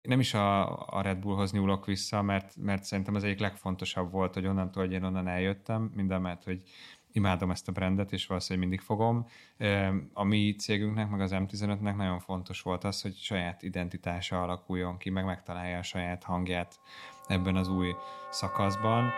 nem is a Red Bullhoz nyúlok vissza, mert szerintem az egyik legfontosabb volt, hogy onnantól, hogy én onnan eljöttem, mindemellett, hogy imádom ezt a brandet, és valószínűleg mindig fogom. A mi cégünknek, meg az M15-nek nagyon fontos volt az, hogy saját identitása alakuljon ki, meg megtalálja a saját hangját ebben az új szakaszban.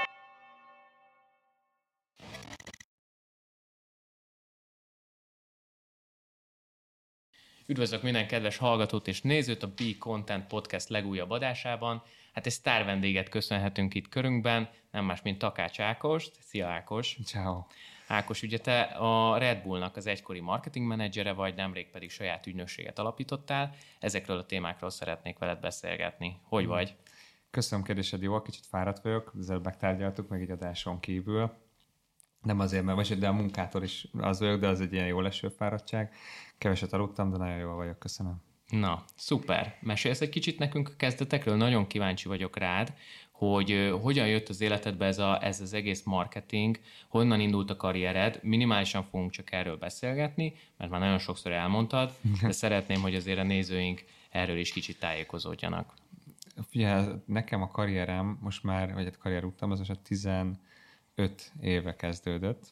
Üdvözlök minden kedves hallgatót és nézőt a Be Content Podcast legújabb adásában. Hát egy sztár vendéget köszönhetünk itt körünkben, nem más, mint Takács Ákost. Szia Ákos! Ciao. Ákos, ugye te a Red Bullnak az egykori marketing menedzsere vagy, nemrég pedig saját ügynökséget alapítottál. Ezekről a témákról szeretnék veled beszélgetni. Hogy vagy? Köszönöm kérdésed, jó, kicsit fáradt vagyok, ezzel megtárgyaltuk meg egy adáson kívül. Nem azért, de a munkától is az vagyok, de az egy ilyen jól eső fáradtság. Keveset aludtam, de nagyon jól vagyok, köszönöm. Na, szuper. Mesélsz egy kicsit nekünk a kezdetekről? Nagyon kíváncsi vagyok rád, hogy hogyan jött az életedbe ez az egész marketing, honnan indult a karriered. Minimálisan fogunk csak erről beszélgetni, mert már nagyon sokszor elmondtad, de szeretném, hogy azért a nézőink erről is kicsit tájékozódjanak. Figyelj, nekem a karrierem most már, vagy a karrierutam, az most a 15 éve kezdődött.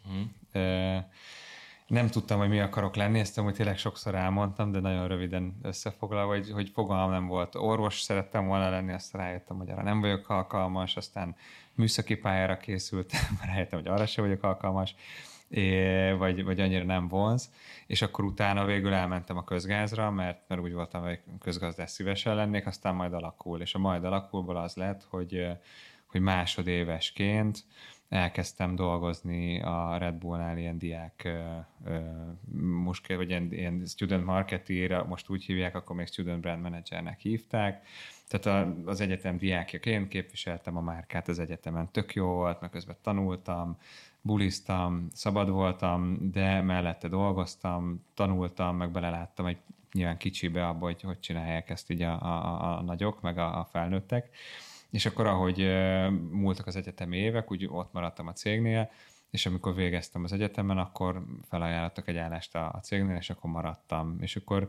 Nem tudtam, hogy mi akarok lenni, ezt amúgy tényleg sokszor elmondtam, de nagyon röviden összefoglalva, hogy fogalmam nem volt. Orvos szerettem volna lenni, aztán rájöttem, hogy arra nem vagyok alkalmas, aztán műszaki pályára készültem, rájöttem, hogy arra sem vagyok alkalmas, vagy annyira nem vonz, és akkor utána végül elmentem a közgázra, mert úgy voltam, hogy közgazdász szívesen lennék, aztán majd alakul, és a majd alakulból az lett, hogy másodévesként elkezdtem dolgozni a Red Bullnál ilyen diák, vagy ilyen student marketeer, most úgy hívják, akkor még student brand managernek hívták. Tehát az egyetem diákjaként képviseltem a márkát az egyetemen. Tök jó volt, meg közben tanultam, buliztam, szabad voltam, de mellette dolgoztam, tanultam, meg beleláttam egy nyilván kicsibe abba, hogy csinálják ezt így a nagyok, meg a felnőttek. És akkor, ahogy múltak az egyetemi évek, úgy ott maradtam a cégnél, és amikor végeztem az egyetemen, akkor felajánlottak egy állást a cégnél, és akkor maradtam. És akkor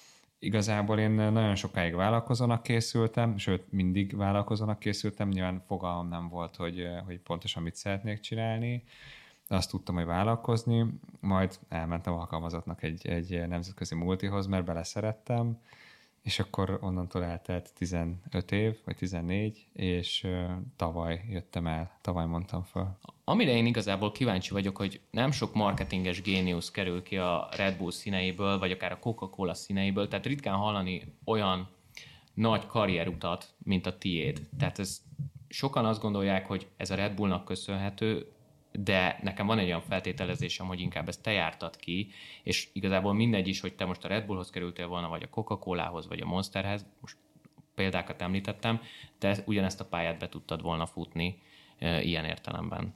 igazából én nagyon sokáig vállalkozónak készültem, sőt, mindig vállalkozónak készültem, nyilván fogalmam nem volt, hogy pontosan mit szeretnék csinálni, de azt tudtam, hogy vállalkozni, majd elmentem alkalmazottnak egy nemzetközi multihoz, mert beleszerettem, és akkor onnantól eltelt 15 év, vagy 14, és tavaly jöttem el, tavaly mondtam fel. Amire én igazából kíváncsi vagyok, hogy nem sok marketinges géniusz kerül ki a Red Bull színeiből, vagy akár a Coca-Cola színeiből, tehát ritkán hallani olyan nagy karrierutat, mint a tiéd. Tehát sokan azt gondolják, hogy ez a Red Bullnak köszönhető, de nekem van egy olyan feltételezésem, hogy inkább ezt te jártad ki, és igazából mindegy is, hogy te most a Red Bullhoz kerültél volna, vagy a Coca-Colához, vagy a Monsterhez, most példákat említettem, de ugyanezt a pályát be tudtad volna futni ilyen értelemben.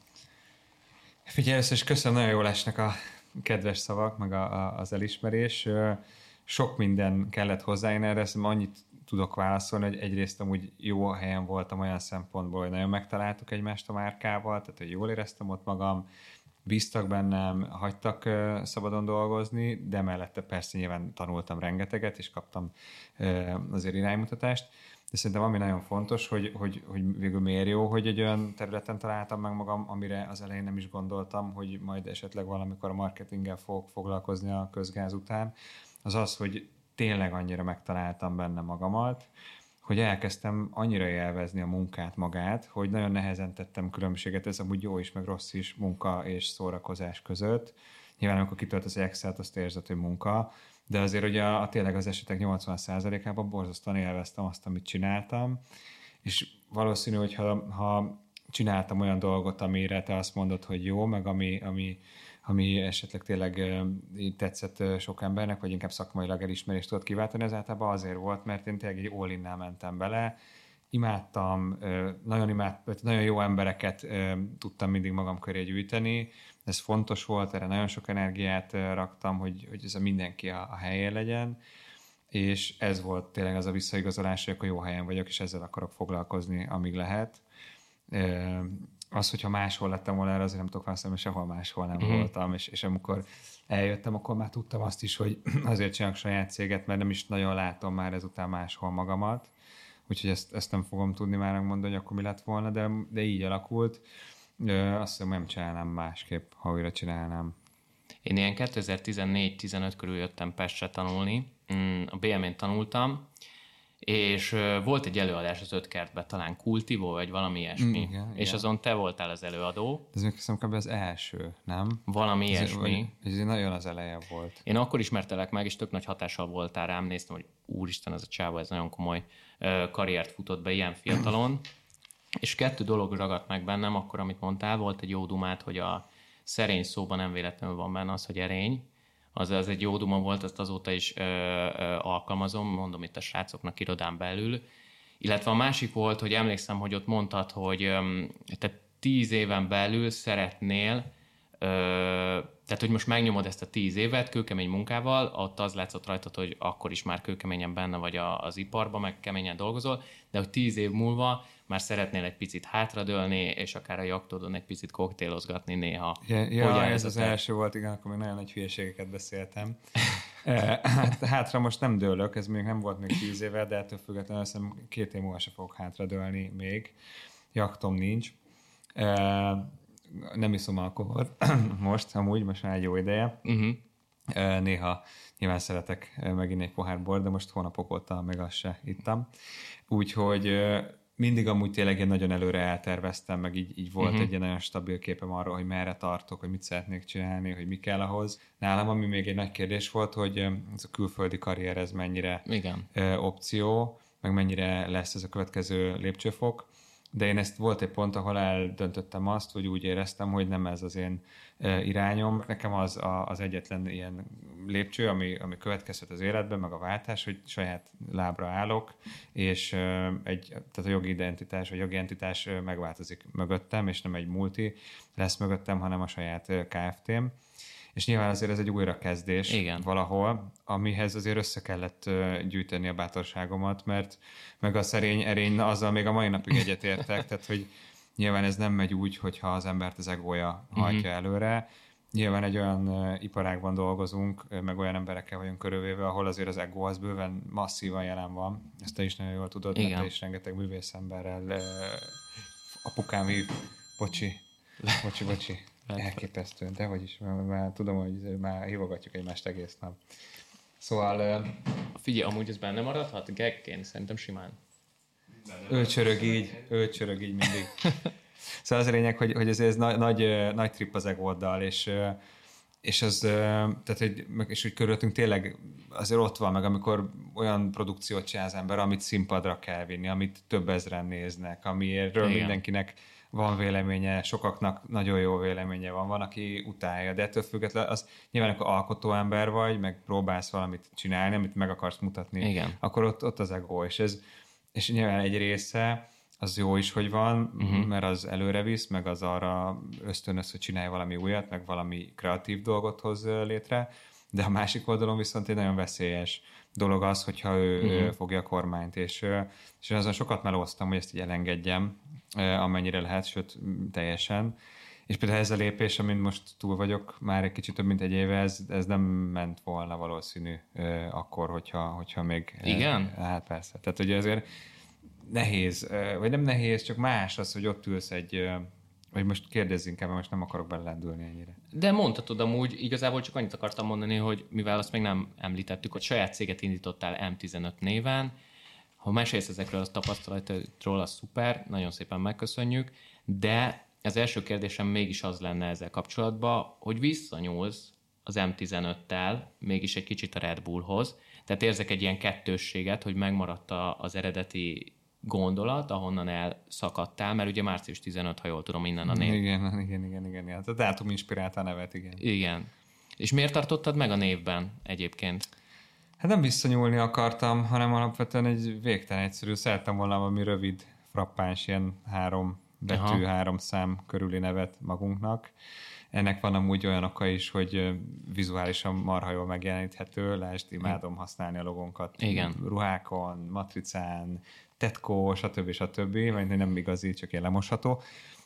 Figyelj, először is köszönöm, nagyon jól esnek a kedves szavak, meg az elismerés. Sok minden kellett hozzá, én erre annyit tudok válaszolni, hogy egyrészt amúgy jó helyen voltam olyan szempontból, hogy nagyon megtaláltuk egymást a márkával, tehát hogy jól éreztem ott magam, bíztak bennem, hagytak szabadon dolgozni, de mellette persze nyilván tanultam rengeteget, és kaptam azért iránymutatást. De szerintem ami nagyon fontos, hogy végül miért jó, hogy egy olyan területen találtam meg magam, amire az elején nem is gondoltam, hogy majd esetleg valamikor a marketinggel fogok foglalkozni a közgáz után, az az, hogy tényleg annyira megtaláltam benne magamat, hogy elkezdtem annyira élvezni a munkát magát, hogy nagyon nehezen tettem különbséget, ez amúgy jó is, meg rossz is munka és szórakozás között. Nyilván amikor kitöltesz egy Excel-t, azt érzed, hogy munka, de azért ugye tényleg az esetek 80%-ában borzasztóan élveztem azt, amit csináltam, és valószínű, hogy ha csináltam olyan dolgot, amire te azt mondod, hogy jó, meg ami esetleg tényleg tetszett sok embernek, vagy inkább szakmailag elismerést tudott kiváltani, az általában azért volt, mert én tényleg egy all-innel mentem bele, imádtam, nagyon jó embereket tudtam mindig magam köré gyűjteni, ez fontos volt, erre nagyon sok energiát raktam, hogy ez a mindenki a helyén legyen, és ez volt tényleg az a visszaigazolás, hogy akkor jó helyen vagyok, és ezzel akarok foglalkozni, amíg lehet. az, hogyha máshol lettem volna, erre azért nem tudok válaszolni, mert sehol máshol nem voltam, és amikor eljöttem, akkor már tudtam azt is, hogy azért csinálok saját céget, mert nem is nagyon látom már ezután máshol magamat, úgyhogy ezt nem fogom tudni már megmondani, hogy akkor mi lett volna, de így alakult. Azt hiszem, nem csinálnám másképp, ha újra csinálnám. Én ilyen 2014-15 körül jöttem Pestre tanulni, a BM-én tanultam, és volt egy előadás az 5 kertben, talán Kultivó, vagy valami ilyesmi. Igen. Azon te voltál az előadó. Ez még hiszem kb. Az első, nem? Valami ilyesmi. Ez nagyon az eleje volt. Én akkor ismertelek meg, és tök nagy hatással voltál rám. Néztem, hogy úristen, ez a csávó, ez nagyon komoly karriert futott be ilyen fiatalon. És 2 dolog ragadt meg bennem, akkor, amit mondtál, volt egy jó dumát, hogy a szerény szóban nem véletlenül van benne az, hogy erény. Az egy jó duma volt, ezt azóta is alkalmazom, mondom itt a srácoknak irodán belül. Illetve a másik volt, hogy emlékszem, hogy ott mondtad, hogy te 10 éven belül szeretnél, tehát hogy most megnyomod ezt a 10 évet kőkemény munkával, ott az látszott rajtad, hogy akkor is már kőkeményen benne vagy az iparban, meg keményen dolgozol, de hogy 10 év múlva már szeretnél egy picit hátradőlni, és akár a jaktodon egy picit koktélozgatni néha. Ja, ez az első volt, igen, akkor még nagyon nagy hülyeségeket beszéltem. Hátra most nem dőlök, ez még nem volt még 10 éve, de ettől függetlenül azt hiszem 2 év múlva se fogok hátradőlni még. Jaktom nincs. Nem iszom alkoholt most már egy jó ideje. Néha nyilván szeretek megint egy pohár bort, de most hónapok óta meg azt se ittam. Úgyhogy mindig amúgy tényleg én nagyon előre elterveztem, meg így volt egy nagyon stabil képem arról, hogy merre tartok, hogy mit szeretnék csinálni, hogy mi kell ahhoz. Nálam, ami még egy nagy kérdés volt, hogy ez a külföldi karrier, ez mennyire opció, meg mennyire lesz ez a következő lépcsőfok. De én volt egy pont, ahol eldöntöttem azt, hogy úgy éreztem, hogy nem ez az én irányom. Nekem az egyetlen ilyen lépcső, ami következhet az életben, meg a váltás, hogy saját lábra állok, és tehát a jogi identitás, vagy jogi entitás megváltozik mögöttem, és nem egy multi lesz mögöttem, hanem a saját Kft-m. És nyilván azért ez egy újrakezdés valahol, amihez azért össze kellett gyűjteni a bátorságomat, mert meg a szerény erény, azzal még a mai napig egyetértek, tehát hogy nyilván ez nem megy úgy, hogyha az embert az egója hajtja előre. Nyilván egy olyan iparágban dolgozunk, meg olyan emberekkel vagyunk körülvéve, ahol azért az ego az bőven masszívan jelen van. Ezt te is nagyon jól tudod, mert te is rengeteg művészemberrel apukám hív, bocsi. Elképesztő, de vagyis már tudom, hogy már hívogatjuk egymást egész nap. Szóval... Figyelj, amúgy ez benne maradhat? Gagként szerintem simán. Ő csörög így mindig. Szóval az a lényeg, hogy ez nagy trip az egóddal, és az, tehát, hogy körülöttünk tényleg azért ott van, meg amikor olyan produkciót csinál az ember, amit színpadra kell vinni, amit több ezren néznek, amiről mindenkinek van véleménye, sokaknak nagyon jó véleménye van, aki utálja, de ettől függetlenül az nyilván, akkor alkotó ember vagy, meg próbálsz valamit csinálni, amit meg akarsz mutatni, akkor ott az ego, és nyilván egy része az jó is, hogy van, mert az előre visz, meg az arra ösztönöz, hogy csinálj valami újat, meg valami kreatív dolgot hoz létre, de a másik oldalon viszont egy nagyon veszélyes dolog az, hogyha ő fogja a kormányt, és azon sokat melóztam, hogy ezt így elengedjem, amennyire lehet, sőt teljesen. És például ez a lépés, amin most túl vagyok, már egy kicsit több mint egy éve, ez nem ment volna valószínű akkor, hogyha még... Igen? Hát persze. Tehát ugye azért nehéz, vagy nem nehéz, csak más az, hogy ott ülsz vagy most kérdezz inkább, mert most nem akarok belelendülni ennyire. De mondhatod amúgy, igazából csak annyit akartam mondani, hogy mivel azt még nem említettük, hogy saját céget indítottál M15 néven, ha mesélsz ezekről a tapasztalatról, az szuper, nagyon szépen megköszönjük, de az első kérdésem mégis az lenne ezzel kapcsolatban, hogy visszanyúlsz az M15-tel mégis egy kicsit a Red Bullhoz, tehát érzek egy ilyen kettősséget, hogy megmaradt az eredeti gondolat, ahonnan elszakadtál, mert ugye március 15, ha jól tudom, innen a név. Igen. Hát a dátum inspirálta a nevet, igen. Igen. És miért tartottad meg a névben egyébként? Hát nem visszanyúlni akartam, hanem alapvetően egy végtelen egyszerű. Szerettem volna valami rövid, frappáns, ilyen 3 betű, 3 szám körüli nevet magunknak. Ennek van amúgy olyan oka is, hogy vizuálisan marha jól megjeleníthető, lásd, imádom használni a logónkat. Igen. Ruhákon, matricán, tetkó, stb. Vagy nem igazi, csak ilyen lemosható.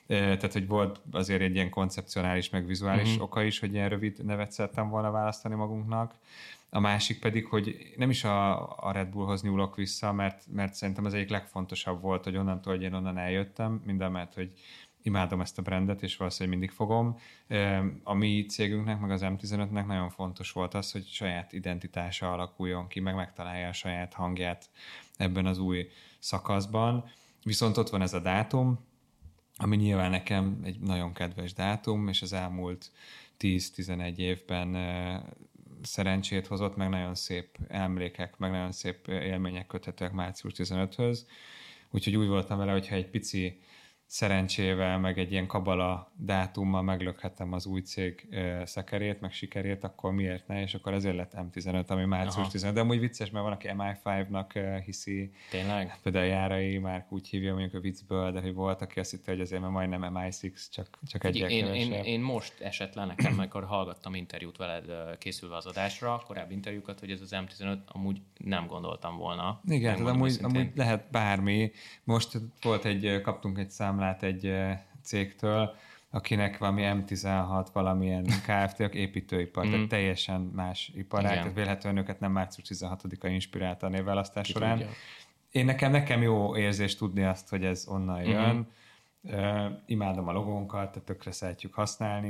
Tehát, hogy volt azért egy ilyen koncepcionális, meg vizuális oka is, hogy ilyen rövid nevet szerettem volna választani magunknak. A másik pedig, hogy nem is a Red Bullhoz nyúlok vissza, mert szerintem az egyik legfontosabb volt, hogy onnantól, hogy én onnan eljöttem, mindamellett, hogy imádom ezt a brandet, és valószínűleg mindig fogom. A mi cégünknek, meg az M15-nek nagyon fontos volt az, hogy saját identitása alakuljon ki, meg megtalálja a saját hangját ebben az új szakaszban. Viszont ott van ez a dátum, ami nyilván nekem egy nagyon kedves dátum, és az elmúlt 10-11 évben szerencsét hozott, meg nagyon szép emlékek, meg nagyon szép élmények köthetőek március 15-höz. Úgyhogy úgy voltam vele, hogyha egy pici szerencsével, meg egy ilyen kabala dátummal meglökhetem az új cég szekerét, meg sikerét, akkor miért ne? És akkor ezért lett M15, ami március 15. De amúgy vicces, mert van, aki MI5-nak hiszi. Tényleg? Például a Járai már úgy hívja mondjuk a viccből, de hogy volt, aki azt hitte, hogy azért mert majdnem MI6, csak egyel kevesebb. Én most esett le nekem, amikor hallgattam interjút veled készülve az adásra, korábbi interjúkat, hogy ez az M15 amúgy nem gondoltam volna. Igen, tehát amúgy lehet bármi. Most kaptunk egy számlát egy cégtől, akinek valami M16, valamilyen Kft. Építőipar, tehát teljesen más iparág, tehát véletlenül őket nem március 16-a inspirálta a névválasztás során. Nekem jó érzés tudni azt, hogy ez onnan jön. Imádom a logónkat, tehát tökre szeretjük használni,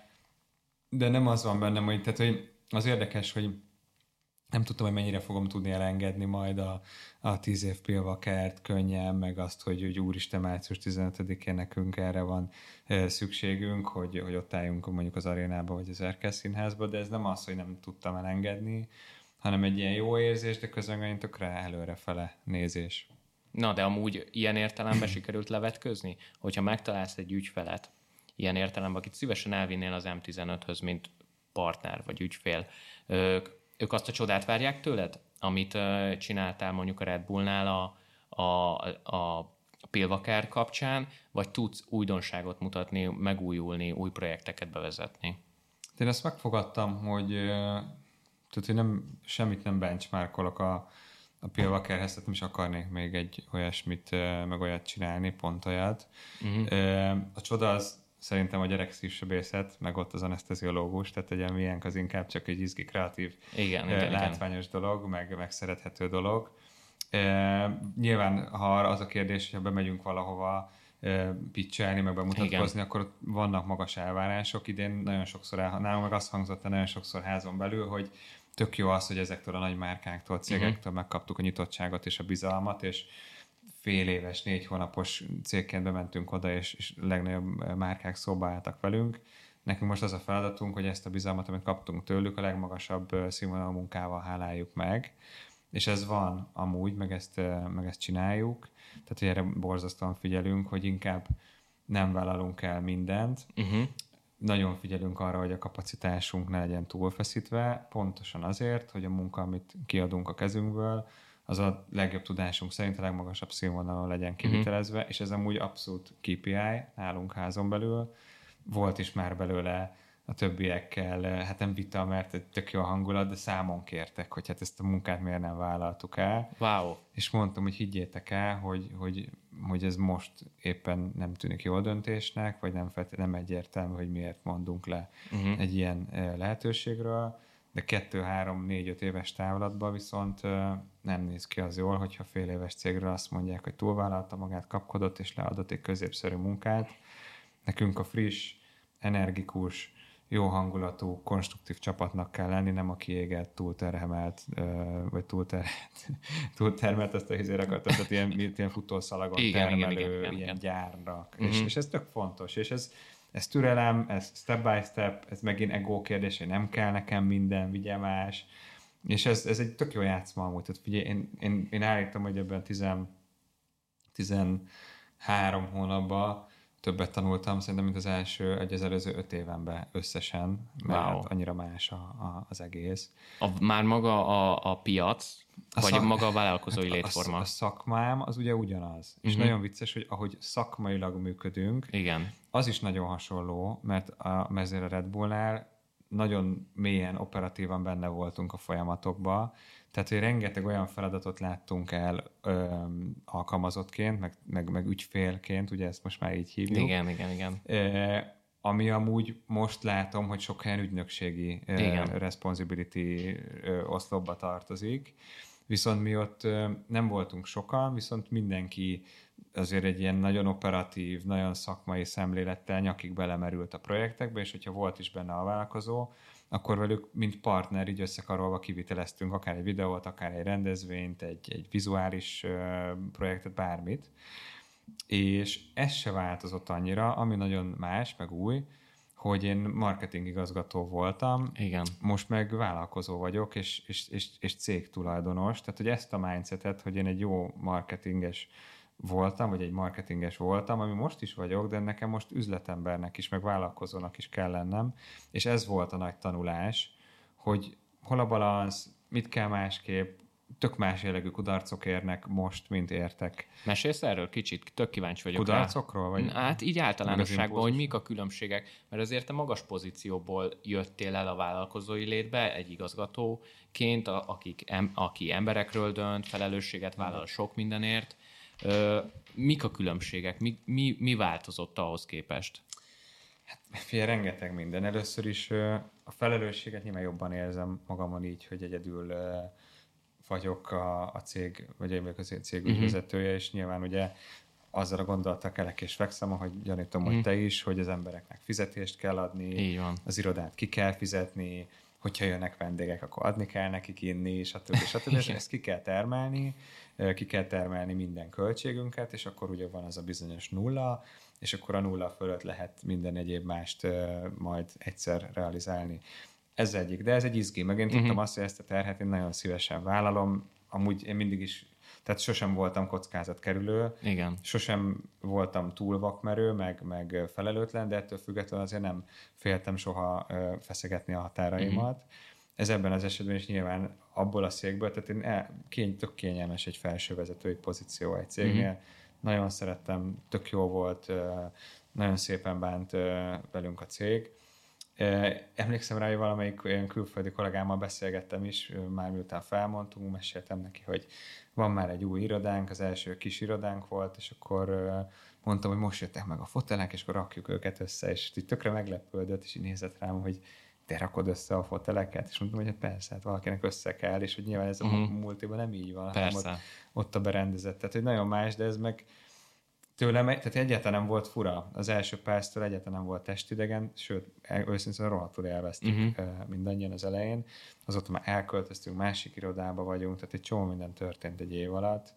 de nem az van bennem, hogy az érdekes, hogy nem tudtam, hogy mennyire fogom tudni elengedni majd a 10 év Pilvakert könnyen, meg azt, hogy úristen, március 15-én nekünk erre van szükségünk, hogy ott álljunk mondjuk az arénába, vagy az Erkel Színházba, de ez nem az, hogy nem tudtam elengedni, hanem egy ilyen jó érzés, de közben olyan tökre előrefele nézés. Na, de amúgy ilyen értelemben sikerült levetközni? Hogyha megtalálsz egy ügyfelet, ilyen értelemben, akit szívesen elvinnél az M15-höz, mint partner vagy ügyfél, ők azt a csodát várják tőled, amit csináltál mondjuk a Red Bullnál a Pilvaker kapcsán, vagy tudsz újdonságot mutatni, megújulni, új projekteket bevezetni? Én ezt megfogadtam, hogy semmit nem benchmarkolok a Pilvakerhez, tehát nem is akarnék még egy olyasmit, meg olyat csinálni, pont olyat. A csoda az szerintem a gyerekszívsebészet, meg ott az aneszteziológus, tehát ugye miénk az inkább csak egy izgi, kreatív, látványos dolog, meg szerethető dolog. Nyilván, ha az a kérdés, hogyha bemegyünk valahova pitchelni, meg bemutatkozni, akkor vannak magas elvárások. Idén nagyon sokszor, nálunk meg azt hangzott nagyon sokszor házon belül, hogy tök jó az, hogy ezektől a nagy márkáktól, cégektől megkaptuk a nyitottságot és a bizalmat, és fél éves, 4 hónapos cégként bementünk oda, és legnagyobb márkák szóba álltak velünk. Nekünk most az a feladatunk, hogy ezt a bizalmat, amit kaptunk tőlük, a legmagasabb színvonalú munkával háláljuk meg, és ez van amúgy, meg ezt csináljuk. Tehát, hogy erre borzasztóan figyelünk, hogy inkább nem vállalunk el mindent. Nagyon figyelünk arra, hogy a kapacitásunk ne legyen túlfeszítve, pontosan azért, hogy a munka, amit kiadunk a kezünkből, az a legjobb tudásunk szerint a legmagasabb színvonalon legyen kivitelezve, és ez amúgy abszolút KPI nálunk házon belül. Volt is már belőle a többiekkel, hát nem vita, mert tök jó a hangulat, de számon kértek, hogy hát ezt a munkát miért nem vállaltuk el. Wow. És mondtam, hogy higgyétek el, hogy ez most éppen nem tűnik jó döntésnek, vagy nem egyértelmű, hogy miért mondunk le egy ilyen lehetőségről, de 2, 3, 4, 5 éves távlatban viszont nem néz ki az jól, hogyha fél éves cégről azt mondják, hogy túlvállalta magát, kapkodott és leadott egy középszerű munkát. Nekünk a friss, energikus, jó hangulatú, konstruktív csapatnak kell lenni, nem a kiégett, túlterhemelt, vagy túltermelt, azt a hizére akartam, tehát ilyen futószalagon termelő, ilyen gyárnak. És ez tök fontos, és ez türelem, ez step by step, ez megint ego kérdés, hogy nem kell nekem minden, vigye más, és ez egy tök jó játszma amúgy. Tehát figyelj, én állítom, hogy ebben 13 hónapban többet tanultam, szerintem, mint az előző 5 évenben összesen, mert annyira más az egész. Már maga a piac, vagy maga a vállalkozói létforma? A szakmám az ugye ugyanaz. És nagyon vicces, hogy ahogy szakmailag működünk, igen, az is nagyon hasonló, mert azért a Red Bullnál nagyon mélyen, operatívan benne voltunk a folyamatokba, Tehát, hogy rengeteg olyan feladatot láttunk el alkalmazottként, meg ügyfélként, ugye ezt most már így hívjuk. Igen. Ami amúgy most látom, hogy sok helyen ügynökségi responsibility oszlopba tartozik. Viszont mi ott nem voltunk sokan, viszont mindenki azért egy ilyen nagyon operatív, nagyon szakmai szemlélettel nyakig belemerült a projektekbe, és hogyha volt is benne a vállalkozó, akkor velük, mint partner, így összekarolva kiviteleztünk akár egy videót, akár egy rendezvényt, egy vizuális projektet, bármit. És ez se változott annyira, ami nagyon más, meg új, hogy én marketing igazgató voltam, igen. Most meg vállalkozó vagyok, és cégtulajdonos. Tehát, hogy ezt a mindsetet, hogy én egy jó marketinges voltam, vagy egy marketinges voltam, ami most is vagyok, de nekem most üzletembernek is, meg vállalkozónak is kell lennem, és ez volt a nagy tanulás, hogy hol a balansz, mit kell másképp, tök más jellegű kudarcok érnek most, mint értek. Mesélsz erről kicsit? Tök kíváncsi vagyok. Kudarcokról? Vagy? Hát így általánosságban, hogy mik a különbségek, mert azért te magas pozícióból jöttél el a vállalkozói létbe, egy igazgatóként, aki emberekről dönt, felelősséget vállal sok mindenért. Mik a különbségek? Mi változott ahhoz képest? Hát figyelj, rengeteg minden. Először is a felelősséget nyilván jobban érzem magamon így, hogy egyedül vagyok a cég, vagy én vagyok a cég ügyvezetője, és nyilván ugye azzal a gondolattal kelek és fekszem, ahogy gyanítom, hogy te is, hogy az embereknek fizetést kell adni, az irodát ki kell fizetni, hogyha jönnek vendégek, akkor adni kell nekik inni, stb. És ezt ki kell termelni minden költségünket, és akkor ugye van az a bizonyos nulla, és akkor a nulla fölött lehet minden egyéb mást majd egyszer realizálni. Ez egyik, de ez egy izgi. Meg én tudtam azt, hogy ezt a terhet én nagyon szívesen vállalom. Amúgy én mindig is, tehát sosem voltam kockázatkerülő, sosem voltam túl vakmerő, meg felelőtlen, de ettől függetlenül azért nem féltem soha feszegetni a határaimat. Ez ebben az esetben is nyilván abból a székből, tehát én tök kényelmes egy felsővezetői pozíció egy cégnél. Nagyon szerettem, tök jó volt, nagyon szépen bánt velünk a cég. Emlékszem rá, hogy valamelyik olyan külföldi kollégámmal beszélgettem is, már miután felmondtunk, meséltem neki, hogy van már egy új irodánk, az első kis irodánk volt, és akkor mondtam, hogy most jöttek meg a fotelek, és akkor rakjuk őket össze, és így tökre meglepődött, és így nézett rám, hogy te rakod össze a foteleket, és mondtam, hogy hát persze, hát valakinek össze kell, és hogy nyilván ez a multiban nem így van, hanem ott a berendezett, tehát hogy nagyon más, de ez meg tőlem, tehát egyáltalán nem volt fura. Az első perctől egyáltalán nem volt testidegen, sőt, őszintén rohadtul élveztük mindannyian az elején. Azóta már elköltöztünk, másik irodába vagyunk, tehát egy csomó minden történt egy év alatt.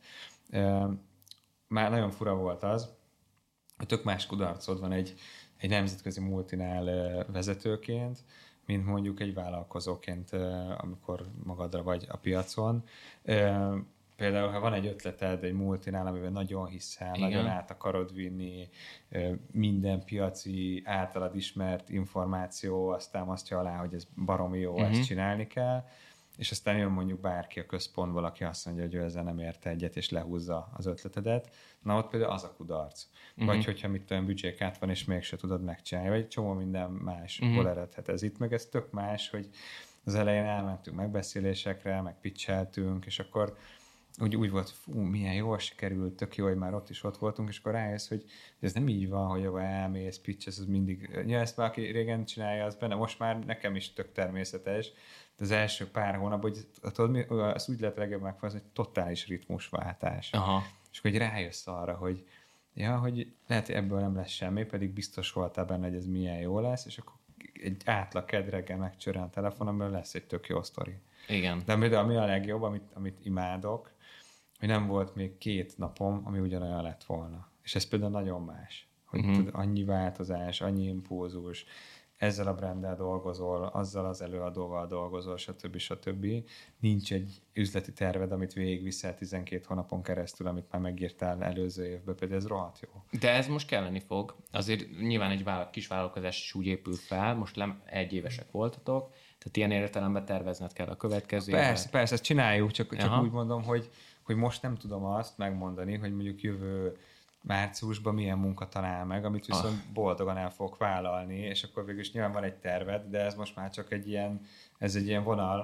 Már nagyon fura volt az, hogy tök más kudarcod van egy nemzetközi multinál vezetőként, mint mondjuk egy vállalkozóként, amikor magadra vagy a piacon. Például, ha van egy ötleted egy multinál, amiben nagyon hiszel, nagyon át akarod vinni, minden piaci általad ismert információ azt támasztja alá, hogy ez baromi jó, ezt csinálni kell, és aztán jön mondjuk bárki a központból, aki azt mondja, hogy ő ezzel nem ért egyet, és lehúzza az ötletedet. Na ott például az a kudarc. Vagy hogyha mit olyan büdzsékát van, és mégse tudod megcsinálni, vagy egy csomó minden másból eredhet ez itt, meg ez tök más, hogy az elején elmentünk megbeszélésekre, meg pitcheltünk, és akkor úgy volt, milyen jól sikerült, tök jó, hogy már ott voltunk, és akkor rájössz, hogy ez nem így van, hogy ahol elmész, pitches, az mindig, ezt valaki régen csinálja, az benne, most már nekem is tök természetes, de az első pár hónapban, hogy tudod, azt úgy lehet legjobb megfogalmazni, hogy totális ritmusváltás. És akkor rájössz arra, hogy hogy lehet, hogy ebből nem lesz semmi, pedig biztos voltál benne, hogy ez milyen jó lesz, és akkor egy átlag kedreggel megcsörren a telefonomból, lesz egy tök jó sztori. Igen. De ami a legjobb, amit imádok, hogy nem volt még 2 napom, ami ugyanolyan lett volna. És ez például nagyon más. Hogy annyi változás, annyi impulzus, ezzel a branddel dolgozol, azzal az előadóval dolgozol, stb. Nincs egy üzleti terved, amit végigviszel 12 hónapon keresztül, amit már megírtál előző évben, például ez rohadt jó. De ez most kelleni fog. Azért nyilván egy kis vállalkozás is úgy épül fel, most 1 évesek voltatok, tehát ilyen értelemben tervezned kell a következő Persze, ezt csináljuk, csak úgy mondom, hogy most nem tudom azt megmondani, hogy mondjuk jövő márciusban milyen munka talál meg, amit viszont boldogan el fogok vállalni, és akkor végül is nyilván van egy terved, de ez most már csak egy ilyen vonal,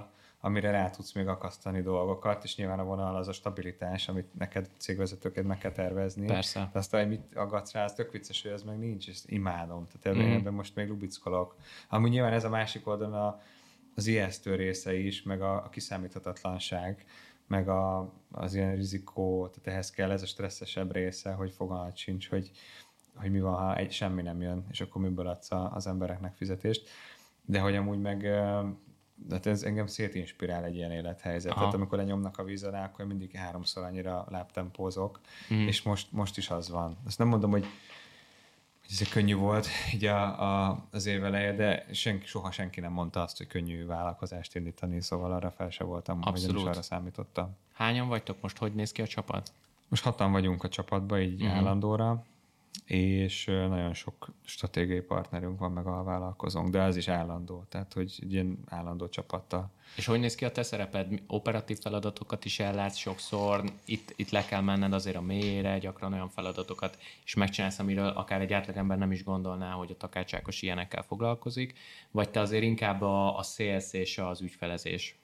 amire rá tudsz még akasztani dolgokat, és nyilván a vonal az a stabilitás, amit neked cégvezetőként meg kell tervezni. Persze. De aztán, hogy mit aggatsz rá, az tök vicces, hogy ez meg nincs, és imádom. Tehát ebben most még lubickolok. Amúgy nyilván ez a másik oldalon az ijesztő része is, meg a kiszámíthatatlanság, meg az ilyen rizikó, tehát ehhez kell ez a stresszesebb része, hogy fogalmat sincs, hogy mi van, ha semmi nem jön, és akkor miből adsz az embereknek fizetést. De hogy amúgy meg, tehát ez engem szétinspirál egy ilyen élethelyzet. Aha. Tehát amikor lenyomnak a víz alá, akkor mindig 3-szor annyira lábtempózok, és most is az van. Azt nem mondom, hogy ez könnyű volt így az év eleje, de soha senki nem mondta azt, hogy könnyű vállalkozást indítani, szóval arra fel se voltam, hogy nem is arra számítottam. Hányan vagytok most? Hogy néz ki a csapat? Most 6-an vagyunk a csapatban, így állandóra, és nagyon sok stratégiai partnerünk van, meg alvállalkozónk, de az is állandó, tehát hogy egy ilyen állandó csapattal. És hogy néz ki a te szereped? Operatív feladatokat is ellátsz sokszor, itt le kell menned azért a mélyére, gyakran olyan feladatokat, és megcsinálsz, amiről akár egy átlagember nem is gondolná, hogy a Takács Ákos ilyenekkel foglalkozik, vagy te azért inkább a sales és az ügyfelezés?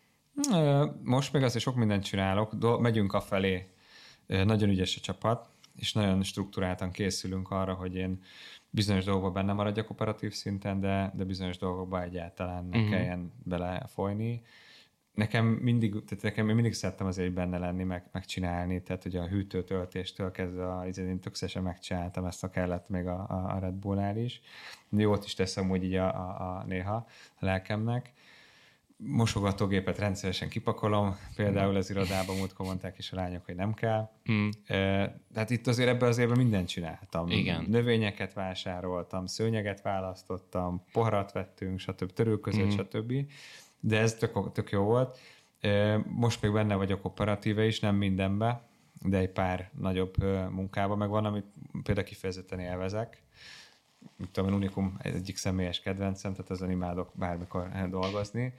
Most meg azért sok mindent csinálok, megyünk afelé, nagyon ügyes a csapat, és nagyon strukturáltan készülünk arra, hogy én bizonyos dolgokban benne maradjak operatív szinten, de bizonyos dolgokban egyáltalán ne kelljen belefolyni. Nekem mindig szerettem azért benne lenni, megcsinálni, tehát ugye a hűtőtöltéstől kezdve én tökéletesen megcsináltam, ezt a kellett még a Red Bullnál is. Jót is teszem úgy így néha a lelkemnek. Mosogatógépet rendszeresen kipakolom, például az irodában múltkor mondták is a lányok, hogy nem kell. Tehát itt azért ebben az évben mindent csináltam. Igen. Növényeket vásároltam, szőnyeget választottam, poharat vettünk, stb. Törülközött, stb. De ez tök jó volt. Most még benne vagyok operatíve is, nem mindenbe, de egy pár nagyobb munkában meg van, amit például kifejezetten élvezek. Mit tudom, Unikum egyik személyes kedvencem, tehát azon imádok bármikor dolgozni.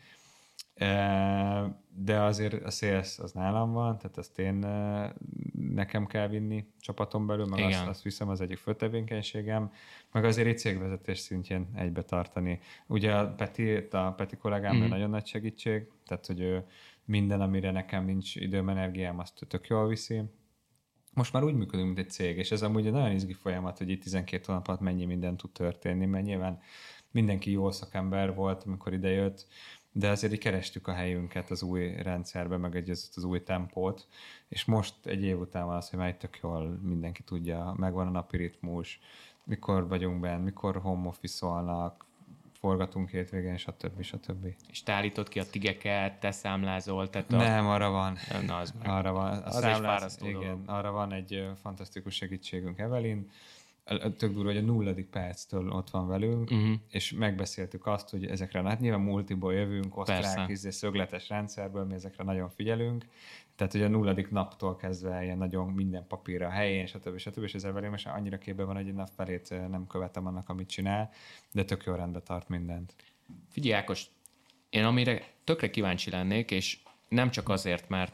De azért a sales az nálam van, tehát azt nekem kell vinni csapaton belül, meg azt viszem, az egyik fő tevékenységem, meg azért egy cégvezetés szintjén egybe tartani. Ugye a Peti kollégám nagyon nagy segítség, tehát hogy ő minden, amire nekem nincs időm, energiám, azt tök jól viszi. Most már úgy működünk, mint egy cég, és ez amúgy egy nagyon izgi folyamat, hogy itt 12 hónap alatt mennyi minden tud történni, mert nyilván mindenki jó szakember volt, amikor idejött, de azért így kerestük a helyünket az új rendszerbe, meg az új tempót, és most egy év után van az, hogy már tök jól mindenki tudja, megvan a napi ritmus, mikor vagyunk benne, mikor home office-olnak, forgatunk hétvégén, stb. És te állítod ki a tigeket, te számlázol? Nem, arra van. Na, az arra van. Az is fárasztó igen, dolog. arra van egy fantasztikus segítségünk, Evelyn. Tök durva, hogy a 0. perctől ott van velünk, és megbeszéltük azt, hogy ezekre, hát nyilván multiból jövünk, osztrák, szögletes rendszerből, mi ezekre nagyon figyelünk, tehát hogy a 0. naptól kezdve ilyen nagyon minden papírra a helyén, stb. És az Evelyn most annyira képben van, hogy egy nap felét nem követem annak, amit csinál, de tök jó rendbe tart mindent. Figyelj Ákos, én amire tökre kíváncsi lennék, és nem csak azért, mert...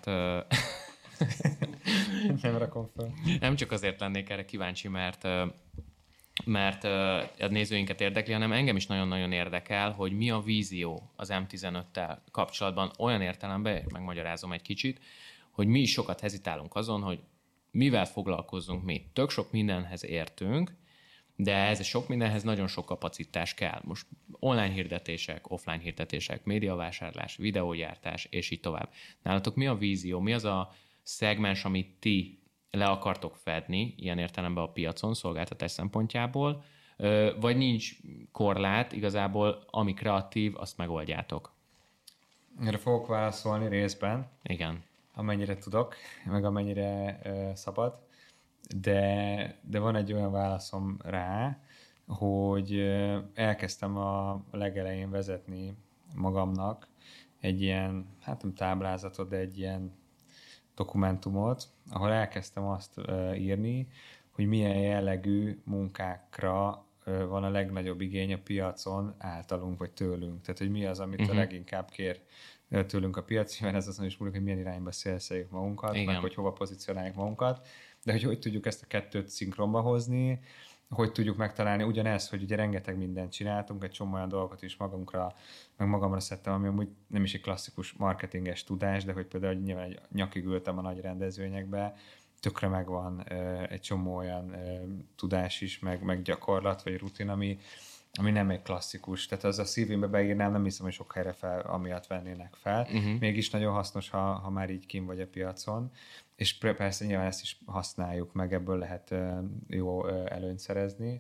Nem rakom fel. Nem csak azért lennék erre kíváncsi, mert a nézőinket érdekli, hanem engem is nagyon-nagyon érdekel, hogy mi a vízió az M15-tel kapcsolatban olyan értelemben, megmagyarázom egy kicsit, hogy mi is sokat hezitálunk azon, hogy mivel foglalkozzunk mi. Tök sok mindenhez értünk, de ez sok mindenhez nagyon sok kapacitás kell. Most online hirdetések, offline hirdetések, médiavásárlás, videógyártás, és így tovább. Nálatok mi a vízió, mi az a szegmens, amit ti le akartok fedni, ilyen értelemben a piacon, szolgáltatás szempontjából, vagy nincs korlát, igazából ami kreatív, azt megoldjátok? Erre fogok válaszolni részben. Igen. Amennyire tudok, meg amennyire szabad, de van egy olyan válaszom rá, hogy elkezdtem a legelején vezetni magamnak egy ilyen, hát nem táblázatot, de egy ilyen dokumentumot, ahol elkezdtem azt írni, hogy milyen jellegű munkákra van a legnagyobb igény a piacon általunk vagy tőlünk. Tehát, hogy mi az, amit a leginkább kér tőlünk a piac, mert ez azon is múlik, hogy milyen irányba szélszeljük magunkat, meg hogy hova pozícionáljuk magunkat, de hogy tudjuk ezt a kettőt szinkronba hozni, hogy tudjuk megtalálni ugyanezt, hogy ugye rengeteg mindent csináltunk, egy csomó olyan dolgot is magunkra, meg magamra szedtem, ami amúgy nem is egy klasszikus marketinges tudás, de hogy például nyilván egy nyakig ültem a nagy rendezvényekbe, tökre megvan egy csomó olyan tudás is, meg gyakorlat, vagy rutin, ami nem egy klasszikus. Tehát az a szívembe beírnám, nem hiszem, hogy sok helyre amiatt vennének fel. Mégis nagyon hasznos, ha már így kim vagy a piacon. És persze nyilván ezt is használjuk, meg ebből lehet jó előnyt szerezni.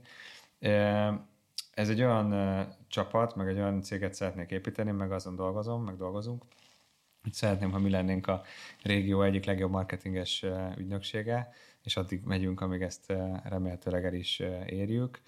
Ez egy olyan csapat, meg egy olyan céget szeretnék építeni, meg azon dolgozunk, hogy szeretném, ha mi lennénk a régió egyik legjobb marketinges ügynöksége, és addig megyünk, amíg ezt remélhetőleg el is érjük.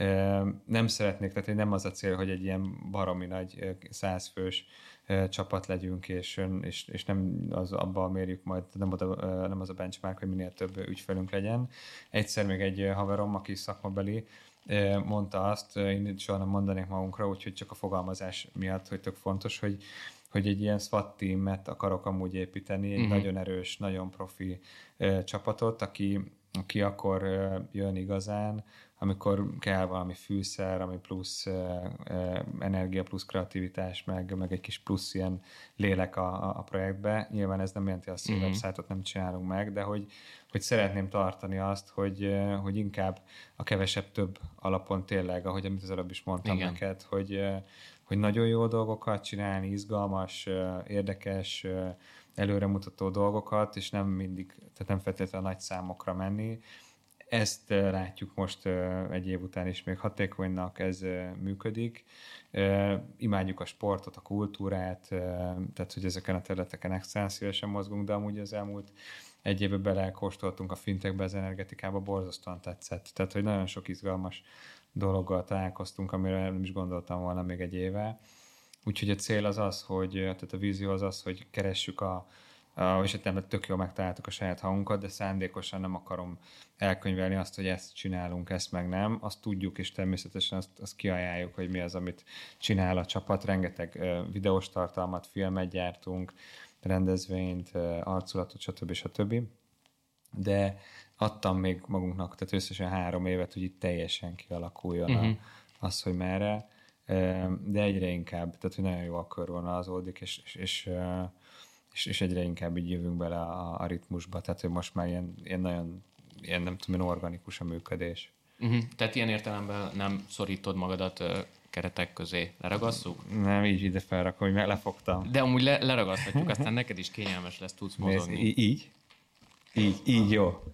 Nem szeretnék, tehát hogy nem az a cél, hogy egy ilyen baromi nagy 100 fős csapat legyünk, és nem abban mérjük majd, nem az a benchmark, hogy minél több ügyfelünk legyen. Egyszer még egy haverom, aki szakmabeli, mondta azt, én soha nem mondanék magunkra, úgyhogy csak a fogalmazás miatt, hogy tök fontos, hogy egy ilyen SWAT teamet akarok amúgy építeni, egy nagyon erős, nagyon profi csapatot, aki akkor jön igazán, amikor kell valami fűszer, ami plusz energia, plusz kreativitás, meg egy kis plusz ilyen lélek a projektbe. Nyilván ez nem jelenti azt, hogy website-ot nem csinálunk meg, de hogy szeretném tartani azt, hogy inkább a kevesebb több alapon tényleg, ahogy amit az előbb is mondtam neked, hogy nagyon jó dolgokat csinálni, izgalmas, érdekes, előremutató dolgokat, és nem mindig, tehát nem feltétlenül nagy számokra menni. Ezt látjuk most egy év után is még hatékonynak, ez működik. Imádjuk a sportot, a kultúrát, tehát hogy ezeken a területeken extrán szívesen mozgunk, de amúgy az elmúlt egy évben belekóstoltunk a fintekbe, az energetikába, borzasztóan tetszett. Tehát, hogy nagyon sok izgalmas dologgal találkoztunk, amire nem is gondoltam volna még egy éve. Úgyhogy a cél az az, tehát a vízió az az, hogy keressük és hát tök jól megtaláltuk a saját hangunkat, de szándékosan nem akarom elkönyvelni azt, hogy ezt csinálunk, ezt meg nem. Azt tudjuk, és természetesen azt kiajánljuk, hogy mi az, amit csinál a csapat. Rengeteg videós tartalmat, filmet gyártunk, rendezvényt, arculatot, stb. De adtam még magunknak, tehát összesen 3 évet, hogy itt teljesen kialakuljon az, hogy merre, de egyre inkább, tehát hogy nagyon jól körvonalazódik, és egyre inkább így jövünk bele a ritmusba, tehát hogy most már ilyen nagyon, nem tudom, organikus a működés. Tehát ilyen értelemben nem szorítod magadat keretek közé. Leragasszuk? Nem, így ide felrakom, hogy lefogtam. De amúgy leragaszthatjuk, aztán neked is kényelmes lesz, tudsz mozogni. Így jó.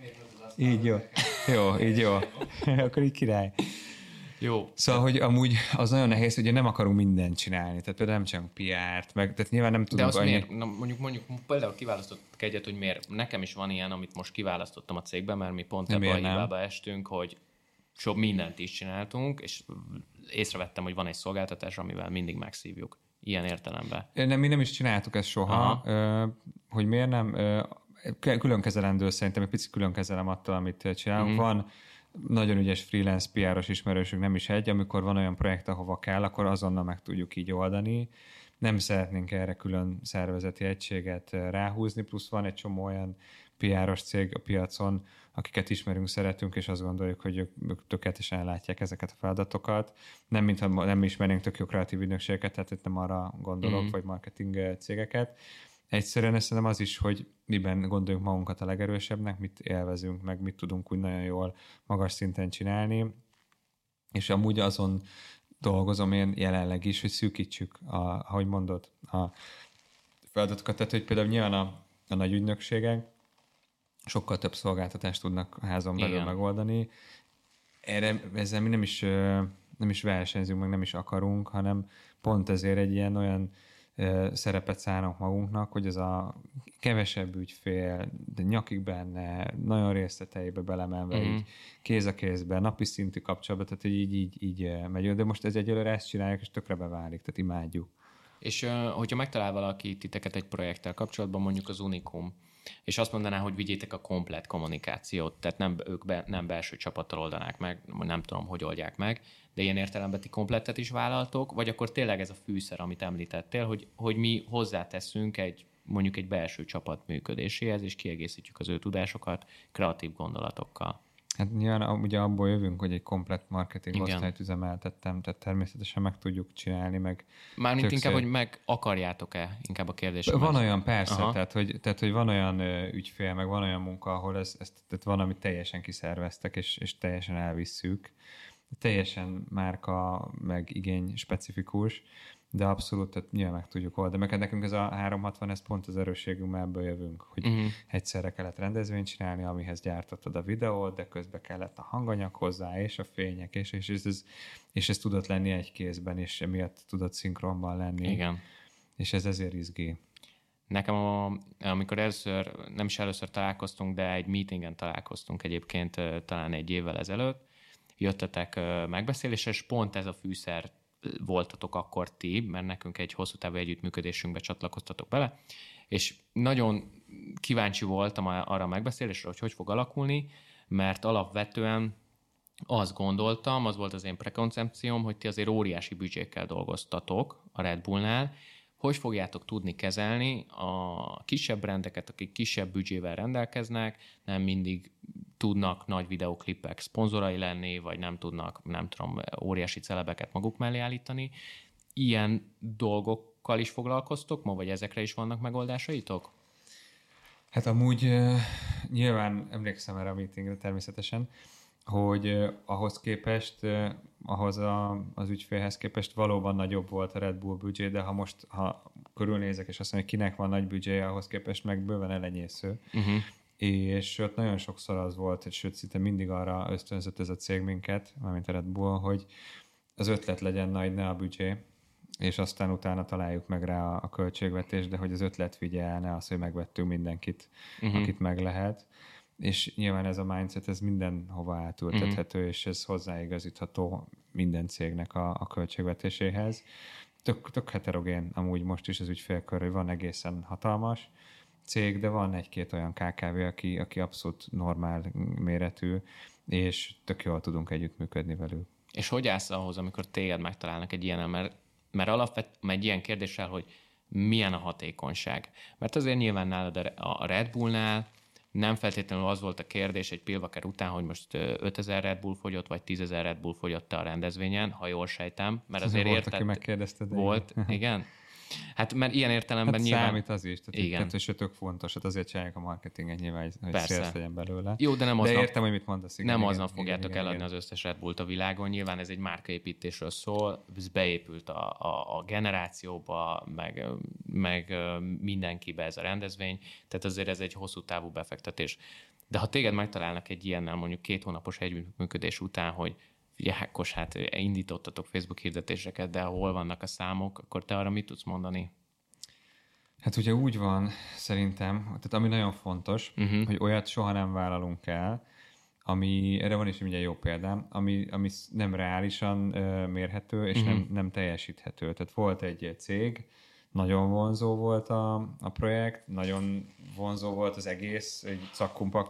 Így jó. Jó, így jó. Akkor így király. Jó. Szóval, hogy amúgy az nagyon nehéz, hogy nem akarunk mindent csinálni. Tehát például nem csak PR-t, meg tehát nyilván nem tudunk. De azt miért? Na, mondjuk például kiválasztottuk egyet, hogy miért. Nekem is van ilyen, amit most kiválasztottam a cégben, mert mi pont ebbe a hibába estünk, hogy sok mindent is csináltunk, és észrevettem, hogy van egy szolgáltatás, amivel mindig megszívjuk. Ilyen értelemben. Mi nem is csináltuk ezt soha. Hogy miért nem? Külön kezelendő szerintem, egy picit külön kezelem attól, amit csinálunk. Van nagyon ügyes freelance PR-os ismerősünk, nem is egy, amikor van olyan projekt, ahova kell, akkor azonnal meg tudjuk így oldani. Nem szeretnénk erre külön szervezeti egységet ráhúzni, plusz van egy csomó olyan PR-os cég a piacon, akiket ismerünk, szeretünk, és azt gondoljuk, hogy ők tökéletesen látják ezeket a feladatokat. Nem, mintha nem ismernénk tök jó kreatív ügynökségeket, tehát itt nem arra gondolok, vagy marketing cégeket. Egyszerűen szerintem az is, hogy miben gondoljuk magunkat a legerősebbnek, mit élvezünk, meg mit tudunk úgy nagyon jól magas szinten csinálni, és amúgy azon dolgozom én jelenleg is, hogy szűkítsük, ahogy mondod, a feladatokat. Tehát, hogy például nyilván a nagy ügynökségek sokkal több szolgáltatást tudnak a házon belül megoldani. Ezzel mi nem is versenyzünk, meg nem is akarunk, hanem pont ezért egy ilyen olyan szerepet szánunk magunknak, hogy ez a kevesebb ügyfél, de nyakig benne, nagyon részleteibe belemenve, így kéz a kézbe, napi szintű kapcsolatban, tehát hogy így megy. De most ez egyelőre ezt csináljuk, és tökre beválik, tehát imádjuk. És hogyha megtalál valaki titeket egy projekttel kapcsolatban, mondjuk az Unicum, és azt mondaná, hogy vigyétek a komplett kommunikációt, tehát nem belső csapattal oldanák meg, nem tudom, hogy oldják meg, de ilyen értelemben ti komplettet is vállaltok, vagy akkor tényleg ez a fűszer, amit említettél, hogy mi hozzáteszünk mondjuk egy belső csapat működéséhez, és kiegészítjük az ő tudásokat kreatív gondolatokkal. Hát nyilván ugye abból jövünk, hogy egy komplett marketing Igen. osztályt üzemeltettem, tehát természetesen meg tudjuk csinálni, meg Mármint inkább, többször. hogy meg akarjátok-e, inkább a kérdésem Van ez. olyan, persze, Aha. tehát hogy van olyan ügyfél, meg van olyan munka, ahol tehát van, amit teljesen kiszerveztek, és teljesen elvisszük. Teljesen márka, meg igény specifikus, de abszolút, tehát nyilván meg tudjuk oldani. Meg nekünk ez a 360, ez pont az erősségünk, mert ebből jövünk, hogy egyszerre kellett rendezvényt csinálni, amihez gyártottad a videót, de közben kellett a hanganyag hozzá, és a fények, és ez tudott lenni egy kézben, és emiatt tudott szinkronban lenni. Igen. És ez ezért izgi. Nekem, amikor nem is először találkoztunk, de egy meetingen találkoztunk egyébként talán egy évvel ezelőtt, jöttetek megbeszélésre, és pont ez a fűszer voltatok akkor ti, mert nekünk egy hosszú távú együttműködésünkbe csatlakoztatok bele, és nagyon kíváncsi voltam arra a megbeszélésre, hogy fog alakulni, mert alapvetően azt gondoltam, az volt az én prekoncepcióm, hogy ti azért óriási büdzsékkel dolgoztatok a Red Bullnál, hogy fogjátok tudni kezelni a kisebb brandeket, akik kisebb büdzsével rendelkeznek, nem mindig tudnak nagy videóklipek szponzorai lenni, vagy nem tudnak, nem tudom, óriási celebeket maguk mellé állítani. Ilyen dolgokkal is foglalkoztok ma, vagy ezekre is vannak megoldásaitok? Hát amúgy nyilván emlékszem erre a meetingre természetesen, hogy ahhoz képest, az ügyfélhez képest valóban nagyobb volt a Red Bull büdzsé, de ha körülnézek és azt mondom, hogy kinek van nagy büdzséje, ahhoz képest meg bőven elenyésző. És ott nagyon sokszor az volt, sőt szinte mindig arra ösztönzött ez a cég minket, mármint a Red Bull, hogy az ötlet legyen nagy, ne a büdzsé, és aztán utána találjuk meg rá a költségvetést, de hogy az ötlet vigye el, ne az, hogy megvettünk mindenkit, akit meg lehet. És nyilván ez a mindset, ez mindenhova átültethető, és ez hozzáigazítható minden cégnek a költségvetéséhez. Tök heterogén amúgy most is az ügyfélkör, hogy van egészen hatalmas cég, de van egy-két olyan KKV, aki abszolút normál méretű, és tök jól tudunk együttműködni velük. És hogy állsz ahhoz, amikor téged megtalálnak egy ilyen, mert alapvetően egy ilyen kérdéssel, hogy milyen a hatékonyság? Mert azért nyilván nálad a Red Bullnál nem feltétlenül az volt a kérdés egy Pilvaker után, hogy most 5000 Red Bull fogyott, vagy 10.000 Red Bull fogyott a rendezvényen, ha jól sejtem, mert azért volt, aki megkérdezte, de volt, igen. Hát mert ilyen értelemben nyilván... számít az is, tehát hogy tök fontos, hát azért csinálják a marketinget nyilván, hogy szélsz legyen belőle. Jó, de nem aznap, értem, hogy mit mondasz. Igen, nem aznap fogjátok eladni az összes Red Bullt a világon, nyilván ez egy márkaépítésről szól, ez beépült a generációba, meg mindenkibe ez a rendezvény, tehát azért ez egy hosszú távú befektetés. De ha téged megtalálnak egy ilyennel mondjuk 2 hónapos együttműködés után, hogy ugye Ákos, hát indítottatok Facebook hirdetéseket, de hol vannak a számok, akkor te arra mit tudsz mondani? Hát ugye úgy van szerintem, tehát ami nagyon fontos, hogy olyat soha nem vállalunk el, erre van is egy jó példám, ami nem reálisan mérhető, és nem teljesíthető. Tehát volt egy cég, nagyon vonzó volt a projekt, nagyon vonzó volt az egész, egy szakkumpak,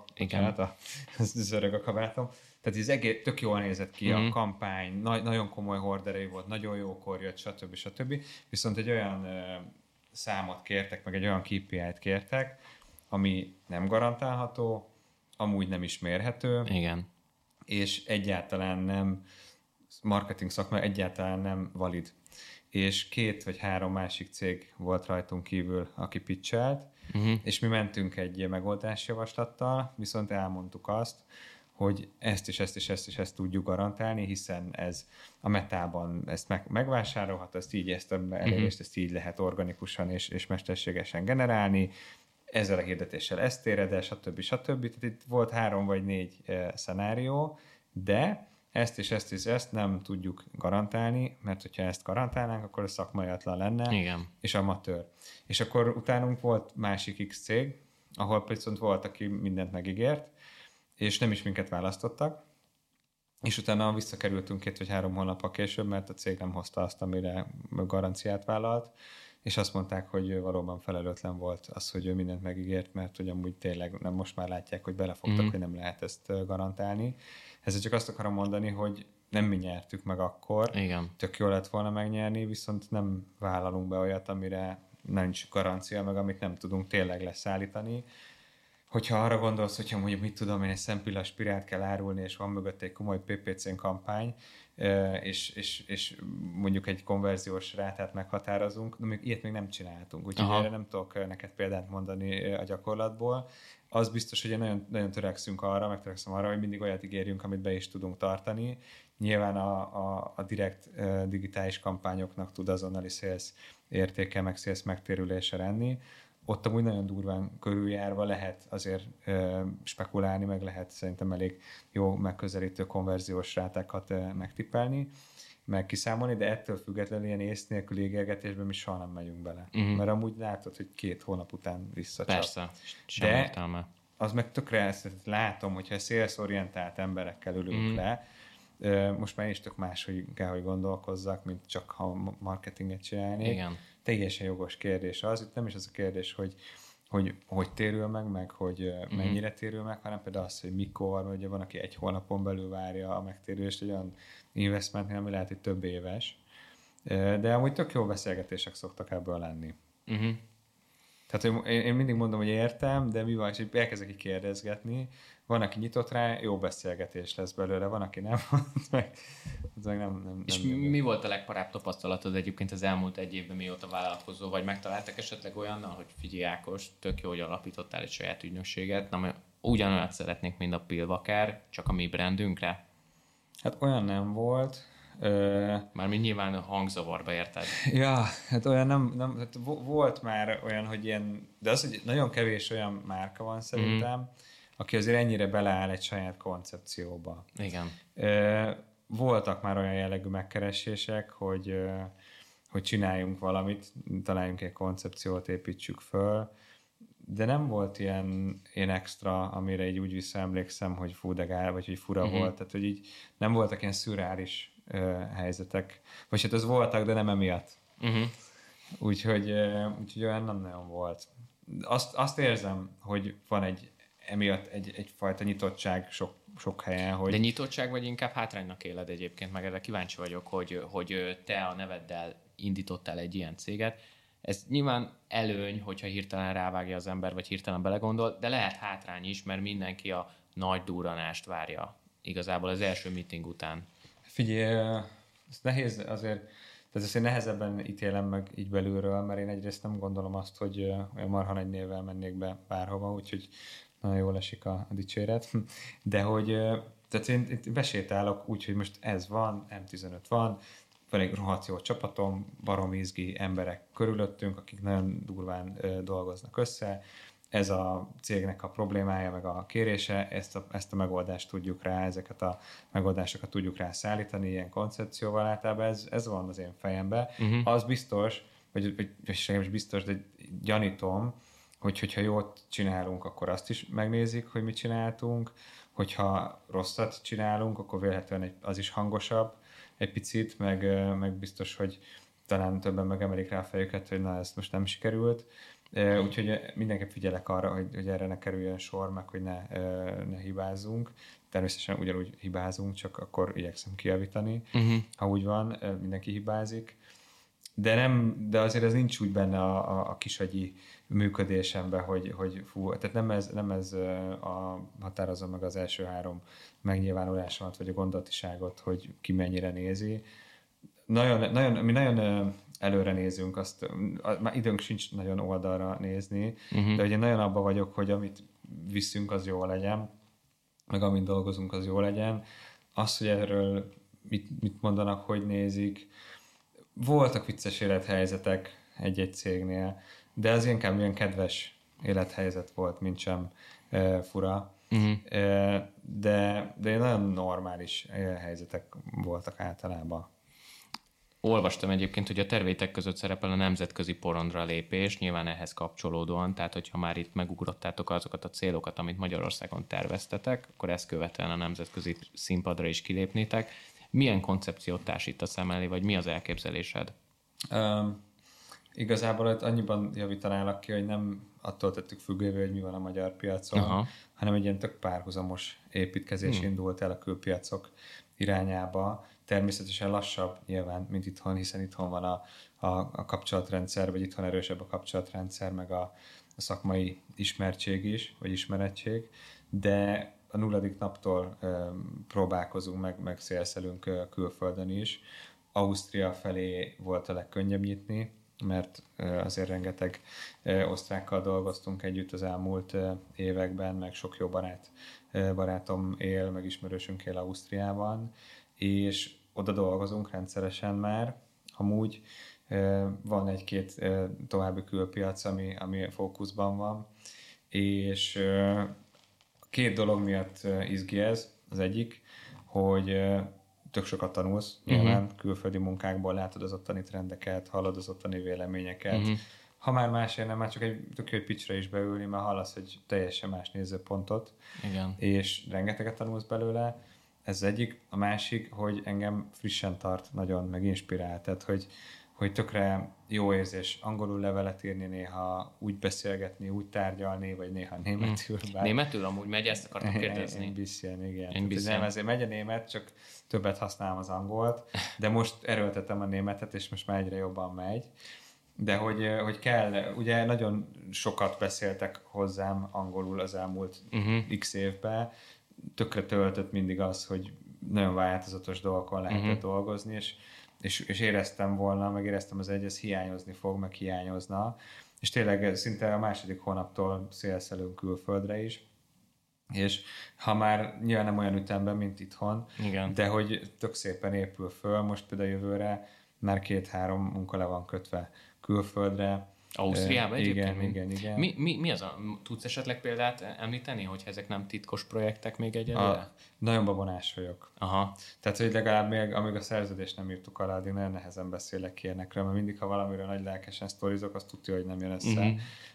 az öreg a kabátom. Tehát ez egész tök jól nézett ki a kampány, nagyon komoly horderei volt, nagyon jókor jött, stb. Viszont egy olyan számot kértek, meg egy olyan KPI-t kértek, ami nem garantálható, amúgy nem is mérhető, igen. És egyáltalán nem, marketing szakma egyáltalán nem valid. És 2 vagy 3 másik cég volt rajtunk kívül, aki pitchelt, és mi mentünk egy megoldásjavaslattal, viszont elmondtuk azt, hogy ezt tudjuk garantálni, hiszen ez a Metában ezt megvásárolhat, ezt elérést, ezt így lehet organikusan és mesterségesen generálni, ezzel a hirdetéssel ezt éred el, stb. Tehát itt volt 3 vagy 4 szenárió, de ezt nem tudjuk garantálni, mert hogyha ezt garantálnánk, akkor a szakmaiatlan lenne, igen. És amatőr. És akkor utánunk volt másik X cég, ahol viszont volt, aki mindent megígért, és nem is minket választottak, és utána visszakerültünk 2 vagy 3 hónappal később, mert a cég nem hozta azt, amire garanciát vállalt, és azt mondták, hogy valóban felelőtlen volt az, hogy ő mindent megígért, mert hogy amúgy tényleg most már látják, hogy belefogtak, hogy nem lehet ezt garantálni. Ezzel csak azt akarom mondani, hogy nem mi nyertük meg akkor, igen. Tök jó lett volna megnyerni, viszont nem vállalunk be olyat, amire nincs garancia, meg amit nem tudunk tényleg leszállítani. hogyha arra gondolsz, hogyha mondjuk mit tudom én, egy szempilla spirát kell árulni, és van mögött egy komoly PPC kampány, és mondjuk egy konverziós rátát meghatározunk, de még ilyet még nem csináltunk, úgyhogy erre nem tudok neked példát mondani a gyakorlatból. Az biztos, hogy nagyon, nagyon törekszünk arra, megtörekszem arra, hogy mindig olyat ígérjünk, amit be is tudunk tartani. Nyilván a direkt digitális kampányoknak tud azonnali sales értéke, meg sales megtérülése lenni. Ott amúgy nagyon durván körüljárva lehet azért spekulálni, meg lehet szerintem elég jó megközelítő konverziós rátákat megtippelni, meg kiszámolni, de ettől függetlenül ilyen ész nélkül égelgetésben mi soha nem megyünk bele. Mert amúgy látod, hogy 2 hónap után visszacsap. Persze, sem értelme. Az meg tökre ezt látom, hogyha sales-orientált emberekkel ülünk le, most már én is tök máshogy kell, hogy gondolkozzak, mint csak ha marketinget csinálnék. Igen. Teljesen jogos kérdés az. Itt nem is az a kérdés, hogy térül meg hogy mennyire térül meg, hanem például az, hogy mikor, vagy van, aki 1 hónapon belül várja a megtérülést, egy olyan investmentnél, ami lehet, hogy több éves. De amúgy tök jó beszélgetések szoktak ebből lenni. Tehát én mindig mondom, hogy értem, de mi van, és elkezdek így kérdezgetni. Van, aki nyitott rá, jó beszélgetés lesz belőle, van, aki nem. nem és mi volt a legparább tapasztalatod egyébként az elmúlt 1 évben, mióta vállalkozó, vagy megtaláltak esetleg olyannal, hogy figyelj Ákos, tök jó, hogy alapítottál egy saját ügynökséget, na, ugyanolyat szeretnék, mint a Pillvakár, csak a mi brandünkre? Hát olyan nem volt. Mármint nyilván a hangzavarba, érted? Ja, hát olyan nem hát volt már olyan, hogy ilyen, de az, hogy nagyon kevés olyan márka van szerintem, aki azért ennyire beleáll egy saját koncepcióba. Igen. Voltak már olyan jellegű megkeresések, hogy csináljunk valamit, találjunk egy koncepciót, építsük föl, de nem volt ilyen extra, amire így úgy visszaemlékszem, hogy fú de gál, vagy hogy fura volt, tehát hogy így nem voltak ilyen szürreális helyzetek, vagy hát az voltak, de nem emiatt. Úgyhogy olyan nem nagyon volt. Azt érzem, hogy van emiatt egyfajta nyitottság sok helyen. Hogy... De nyitottság vagy inkább hátránynak éled egyébként, meg erre kíváncsi vagyok, hogy te a neveddel indítottál egy ilyen céget. Ez nyilván előny, hogyha hirtelen rávágja az ember, vagy hirtelen belegondol, de lehet hátrány is, mert mindenki a nagy durranást várja igazából az első meeting után. Figyelj, ez nehéz azért, tehát ezt nehezebben ítélem meg így belülről, mert én egyrészt nem gondolom azt, hogy olyan marha nagy névvel mennék be bárhova, úgyhogy nagyon jól esik a dicséret. De hogy tehát én besétálok úgy, hogy most ez van, M15 van egy rohadt jó csapatom, barom izgi emberek körülöttünk, akik nagyon durván dolgoznak össze. Ez a cégnek a problémája, meg a kérése, ezt a megoldást tudjuk rá, ezeket a megoldásokat tudjuk rá szállítani ilyen koncepcióval, általában ez van az én fejemben. Az biztos, vagy biztos, de gyanítom, hogyha jót csinálunk, akkor azt is megnézik, hogy mit csináltunk, hogyha rosszat csinálunk, akkor véletlenül az is hangosabb egy picit, meg biztos, hogy talán többen megemelik rá a fejüket, hogy na, ezt most nem sikerült. Úgyhogy mindenképp figyelek arra, hogy erre ne kerüljön sor, meg hogy ne hibázzunk. Természetesen ugyanúgy hibázunk, csak akkor igyekszem kijavítani. Ha úgy van, mindenki hibázik. De azért ez nincs úgy benne a kisagyi működésemben, hogy fú, tehát nem ez határozza meg az első 3 megnyilvánulásomat, vagy a gondolatiságot, hogy ki mennyire nézi. Mi nagyon előre nézünk, már időnk sincs nagyon oldalra nézni, de ugye nagyon abban vagyok, hogy amit viszünk, az jó legyen, meg amit dolgozunk, az jó legyen. Az, hogy erről mit mondanak, hogy nézik. Voltak vicces élethelyzetek egy-egy cégnél, de az inkább ilyen kedves élethelyzet volt, mint sem fura. De nagyon normális helyzetek voltak általában. Olvastam egyébként, hogy a terveitek között szerepel a nemzetközi porondra lépés, nyilván ehhez kapcsolódóan, tehát hogyha már itt megugrottátok azokat a célokat, amit Magyarországon terveztetek, akkor ezt követően a nemzetközi színpadra is kilépnétek. Milyen koncepciót társítasz emellé, vagy mi az elképzelésed? Igazából annyiban javítanálak ki, hogy nem attól tettük függővé, hogy mi van a magyar piacon, hanem egy ilyen tök párhuzamos építkezés indult el a külpiacok irányába. Természetesen lassabb nyilván, mint itthon, hiszen itthon van a kapcsolatrendszer, vagy itthon erősebb a kapcsolatrendszer, meg a szakmai ismertség is, vagy ismerettség, de a nulladik naptól próbálkozunk, meg szélszelünk külföldön is. Ausztria felé volt a legkönnyebb nyitni, mert azért rengeteg osztrákkal dolgoztunk együtt az elmúlt években, meg sok jó barátom él, meg ismerősünk él Ausztriában, és oda dolgozunk rendszeresen már. Amúgy van egy-két további külpiac, ami fókuszban van, és két dolog miatt izgi ez. Az egyik, hogy tök sokat tanulsz, nyilván külföldi munkákból látod az ottani trendeket, hallod az ottani véleményeket. Ha már másért nem, már csak egy tök jó pitchre is beülni, mert hallasz egy teljesen más nézőpontot, igen. És rengeteget tanulsz belőle. Ez az egyik. A másik, hogy engem frissen tart nagyon, meg inspirál. Tehát, hogy tökre jó érzés angolul levelet írni, néha úgy beszélgetni, úgy tárgyalni, vagy néha németül. Németül amúgy megy, ezt akartam kérdezni. Én bisschen, igen. Én nem, ezért megy a német, csak többet használom az angolt, de most erőltetem a németet, és most már egyre jobban megy. De hogy kell, ugye nagyon sokat beszéltek hozzám angolul az elmúlt x évben, tökre töltött mindig az, hogy nagyon változatos dolgokon lehetett dolgozni, és éreztem volna, meg éreztem az ez hiányozni fog, meg hiányozna, és tényleg szinte a második hónaptól szélszelünk külföldre is, és ha már nyilván nem olyan ütemben, mint itthon, igen. de hogy tök szépen épül föl, most például jövőre már 2-3 munka le van kötve külföldre. Ausztriában egyébként? Igen. Mi az tudsz esetleg példát említeni, hogy ezek nem titkos projektek még egyelőre? Nagyon babonás vagyok. Aha. Tehát, hogy legalább még, amíg a szerződést nem írtuk alá, addig nagyon nehezen beszélek ilyenekről, mert mindig, ha valamiről nagy lelkesen sztorizok, azt tudja, hogy nem jön össze.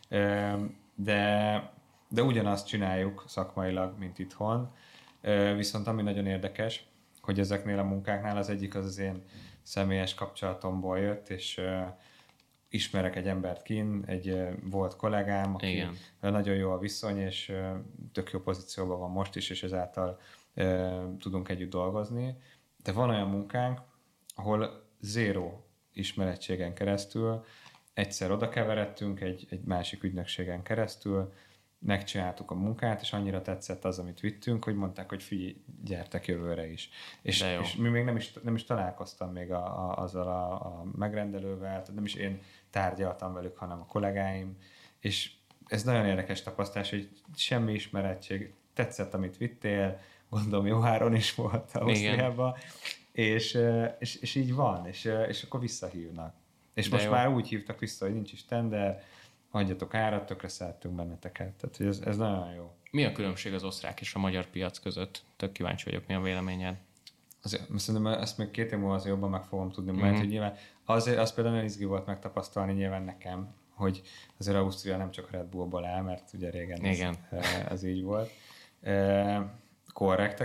De ugyanazt csináljuk szakmailag, mint itthon. Viszont ami nagyon érdekes, hogy ezeknél a munkáknál az egyik az én személyes kapcsolatomból jött, és ismerek egy embert kint, egy volt kollégám, aki igen. Nagyon jó a viszony, és tök jó pozícióban van most is, és ezáltal tudunk együtt dolgozni. De van olyan munkánk, ahol zéró ismerettségen keresztül egyszer oda keveredtünk egy másik ügynökségen keresztül, megcsináltuk a munkát, és annyira tetszett az, amit vittünk, hogy mondták, hogy figyelj, gyertek jövőre is. És mi még nem is találkoztam még azzal a megrendelővel, tehát nem is én tárgyaltam velük, hanem a kollégáim, és ez nagyon érdekes tapasztalás, hogy semmi ismerettség, tetszett, amit vittél, gondolom jó áron is volt Ausztriában, és így van, és akkor visszahívnak. És de most jó. Már úgy hívtak vissza, hogy nincs is tender, adjatok árat, tökre szerettünk benneteket. Tehát hogy ez nagyon jó. Mi a különbség az osztrák és a magyar piac között? Tök kíváncsi vagyok, mi a véleményed? Szerintem ezt még 2 év múlva azért jobban meg fogom tudni, mert hogy nyilván az például nagyon izgi volt megtapasztalni nyilván nekem, hogy azért Ausztria nem csak Red Bullból áll, mert ugye régen ez így volt. Korrektek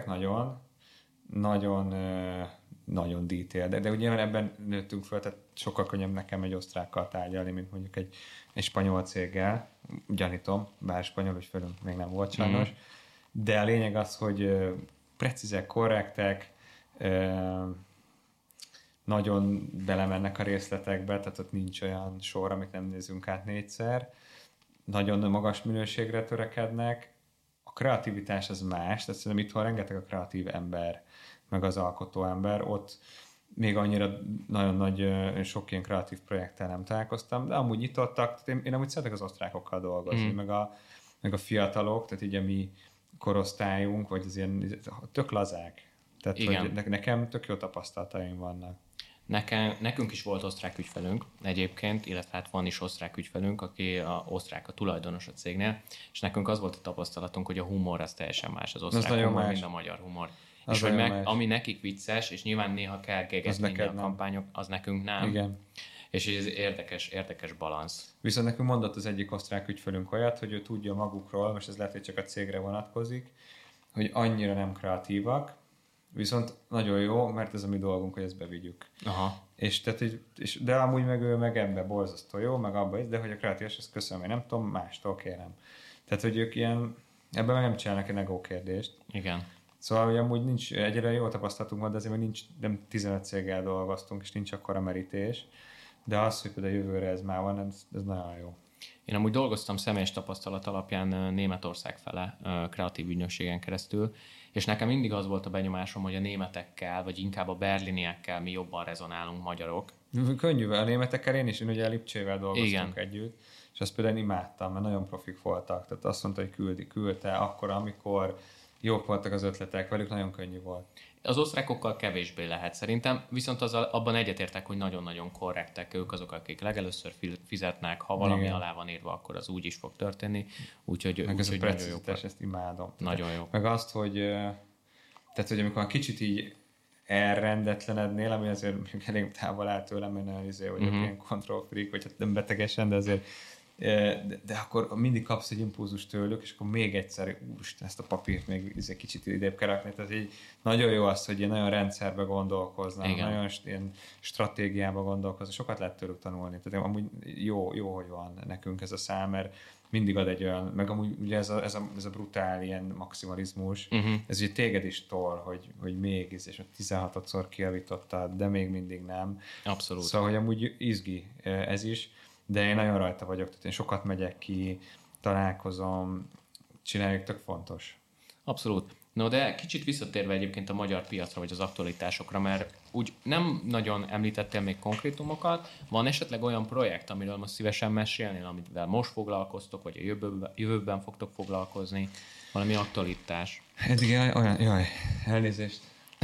nagyon detail, de ugye ebben nőttünk föl, tehát sokkal könnyebb nekem egy osztrákkal tárgyalni, mint mondjuk egy spanyol céggel, gyanítom, bár spanyol ügyfelünk még nem volt sajnos, de a lényeg az, hogy precízek, korrektek, nagyon belemennek a részletekbe, tehát ott nincs olyan sor, amit nem nézünk át 4-szer, nagyon magas minőségre törekednek, a kreativitás az más, tehát szerintem itthon rengeteg a kreatív ember, meg az alkotó ember, ott még annyira nagyon nagy, sok ilyen kreatív projekttel nem találkoztam, de amúgy nyitottak, tehát én amúgy szeretek az osztrákokkal dolgozni, meg a fiatalok, tehát így a mi korosztályunk, vagy az ilyen tök lazák. Tehát hogy nekem tök jó tapasztalataim vannak. Nekünk is volt osztrák ügyfelünk egyébként, illetve hát van is osztrák ügyfelünk, aki osztrák a tulajdonos a cégnél, és nekünk az volt a tapasztalatunk, hogy a humor az teljesen más az osztrák humor, mint a magyar humor. Az és hogy ami nekik vicces, és nyilván néha kell gegetni a kampányok, az nekünk nem. Igen. És ez érdekes balansz. Viszont nekünk mondott az egyik osztrák ügyfelünk olyat, hogy ő tudja magukról, most ez lehet, hogy csak a cégre vonatkozik, hogy annyira nem kreatívak, viszont nagyon jó, mert ez a mi dolgunk, hogy ezt bevigyük. Aha. De amúgy meg ő meg ebben borzasztó jó, meg abban is, de hogy a kreatívas, ezt köszönöm, én nem tudom, mástól kérem. Tehát, hogy ők ilyen, ebben meg nem csinálnak egy negó kérdést. Igen. Szóval, hogy amúgy nincs, egyre jó tapasztalatunk van, de azért még nem 15 céggel dolgoztunk, és nincs akkora merítés. De az, hogy például jövőre ez már van, ez nagyon jó. Én amúgy dolgoztam személyes tapasztalat alapján Németország fele kreatív ügynökségen keresztül, és nekem mindig az volt a benyomásom, hogy a németekkel, vagy inkább a berliniekkel mi jobban rezonálunk magyarok. Könnyű, a németekkel én ugye a Lipcsével dolgoztunk Igen. együtt, és azt például imádtam, mert nagyon profik voltak. Tehát azt mondta, hogy küldte akkor, amikor jók voltak az ötletek, velük nagyon könnyű volt. Az osztrákokkal kevésbé lehet szerintem, viszont abban egyetértek, hogy nagyon-nagyon korrektek, ők azok, akik legelőször fizetnek, ha valami Igen. alá van írva, akkor az úgy is fog történni. Úgyhogy Ez a nagyon jó. precizitás, ezt imádom. Nagyon jó. Meg azt, hogy tehát, hogy amikor kicsit így elrendetlenednél, ami azért elég távol áll tőlem, mert nagyon vagyok ilyen control freak, vagy hát nem betegesen, de azért de akkor mindig kapsz egy impulzus tőlük, és akkor még egyszer, úristen, ezt a papírt még kicsit idébb kell rakni. Tehát így nagyon jó az, hogy ilyen nagyon rendszerbe gondolkoznak, nagyon ilyen stratégiába gondolkoznak, sokat lehet tőlük tanulni. Tehát amúgy jó, hogy van nekünk ez a szám, mert mindig ad egy olyan, meg amúgy ugye ez a brutál ilyen maximalizmus, ez ugye téged is tol, hogy még és 16-szor kijavítottad, de még mindig nem. Abszolút. Szóval, hogy amúgy izgi ez is, de én nagyon rajta vagyok, tehát én sokat megyek ki, találkozom, csináljuk, tök fontos. Abszolút. No, de kicsit visszatérve egyébként a magyar piacra, vagy az aktualitásokra, mert úgy nem nagyon említettél még konkrétumokat. Van esetleg olyan projekt, amiről most szívesen mesélnél, amivel most foglalkoztok, vagy a jövőben fogtok foglalkozni? Valami aktualitás? Eddig elnézést.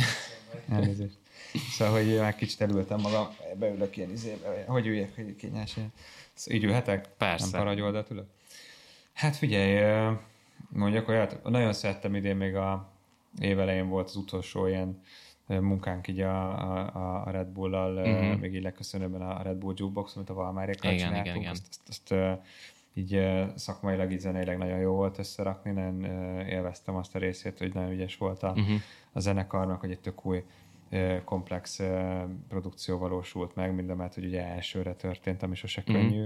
Szóval, hogy már kicsit elültem magam, beülök ilyen hogy üljek, hogy kényes. Szóval így ülhetek? Persze. Nem paragy ülök? Hát figyelj, mondjak olyat, nagyon szerettem idén, még a évelején volt az utolsó ilyen munkánk így a Red Bull-al, még így legköszönőben a Red Bull Jukebox, amit a Valmárékkal csináltunk. Igen. Azt így szakmailag, így zeneileg nagyon jó volt összerakni, nagyon élveztem azt a részét, hogy nagyon ügyes volt a zenekarnak, hogy egy tök új komplex produkció valósult meg, mindemellett, hogy ugye elsőre történt, ami sose könnyű.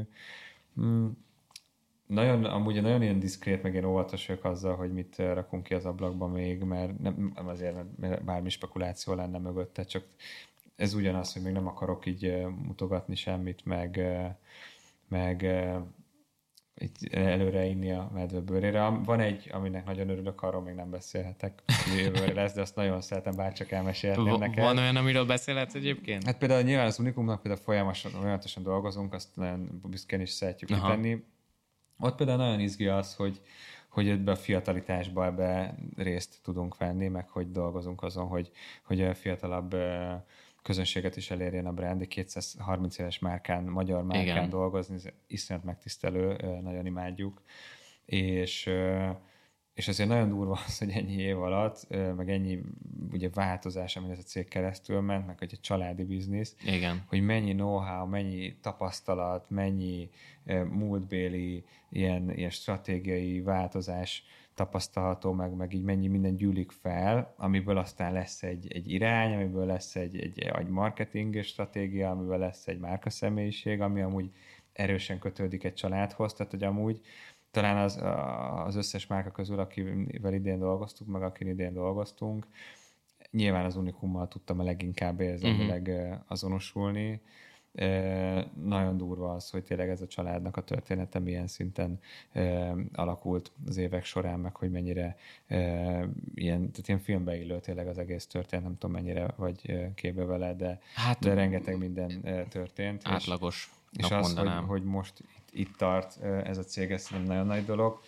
Amúgy nagyon ilyen diszkrét, meg én óvatos vagyok azzal, hogy mit rakunk ki az ablakba még, mert nem azért, mert bármi spekuláció lenne mögötte, csak ez ugyanaz, hogy még nem akarok így mutogatni semmit, meg így előre inni a medve bőrére. Van egy, aminek nagyon örülök, arról még nem beszélhetek, hogy jövőre lesz, de azt nagyon szeretem, bárcsak elmesélhetném neked. Van olyan, amiről beszélhetsz egyébként? Hát például nyilván az Unikumnak például folyamatosan dolgozunk, azt nagyon büszkén is szeretjük kitenni. Ott például nagyon izgi az, hogy ebbe a fiatalitásba ebbe részt tudunk venni, meg hogy dolgozunk azon, hogy a fiatalabb közönséget is elérjen a brand, egy 230 éves márkán, magyar márkán dolgozni, ez iszonyat megtisztelő, nagyon imádjuk. És azért nagyon durva az, hogy ennyi év alatt, meg ennyi ugye változás, amin ez a cég keresztül ment, meg hogy egy családi biznisz, hogy mennyi know-how, mennyi tapasztalat, mennyi múltbéli ilyen stratégiai változás tapasztalható, meg így mennyi minden gyűlik fel, amiből aztán lesz egy irány, amiből lesz egy marketing stratégia, amiből lesz egy márkaszemélyiség, ami amúgy erősen kötődik egy családhoz, tehát hogy amúgy talán az összes márka közül, akivel idén dolgoztuk, meg akin idén dolgoztunk, nyilván az Unikummal tudtam a leginkább érzelmileg azonosulni. Nagyon durva az, hogy tényleg ez a családnak a története milyen szinten alakult az évek során, meg hogy mennyire ilyen filmbe illő tényleg az egész történet, nem tudom mennyire vagy képbe vele, de rengeteg minden történt. Átlagos. És az, hogy most itt tart ez a cég, ez nem nagyon nagy dolog.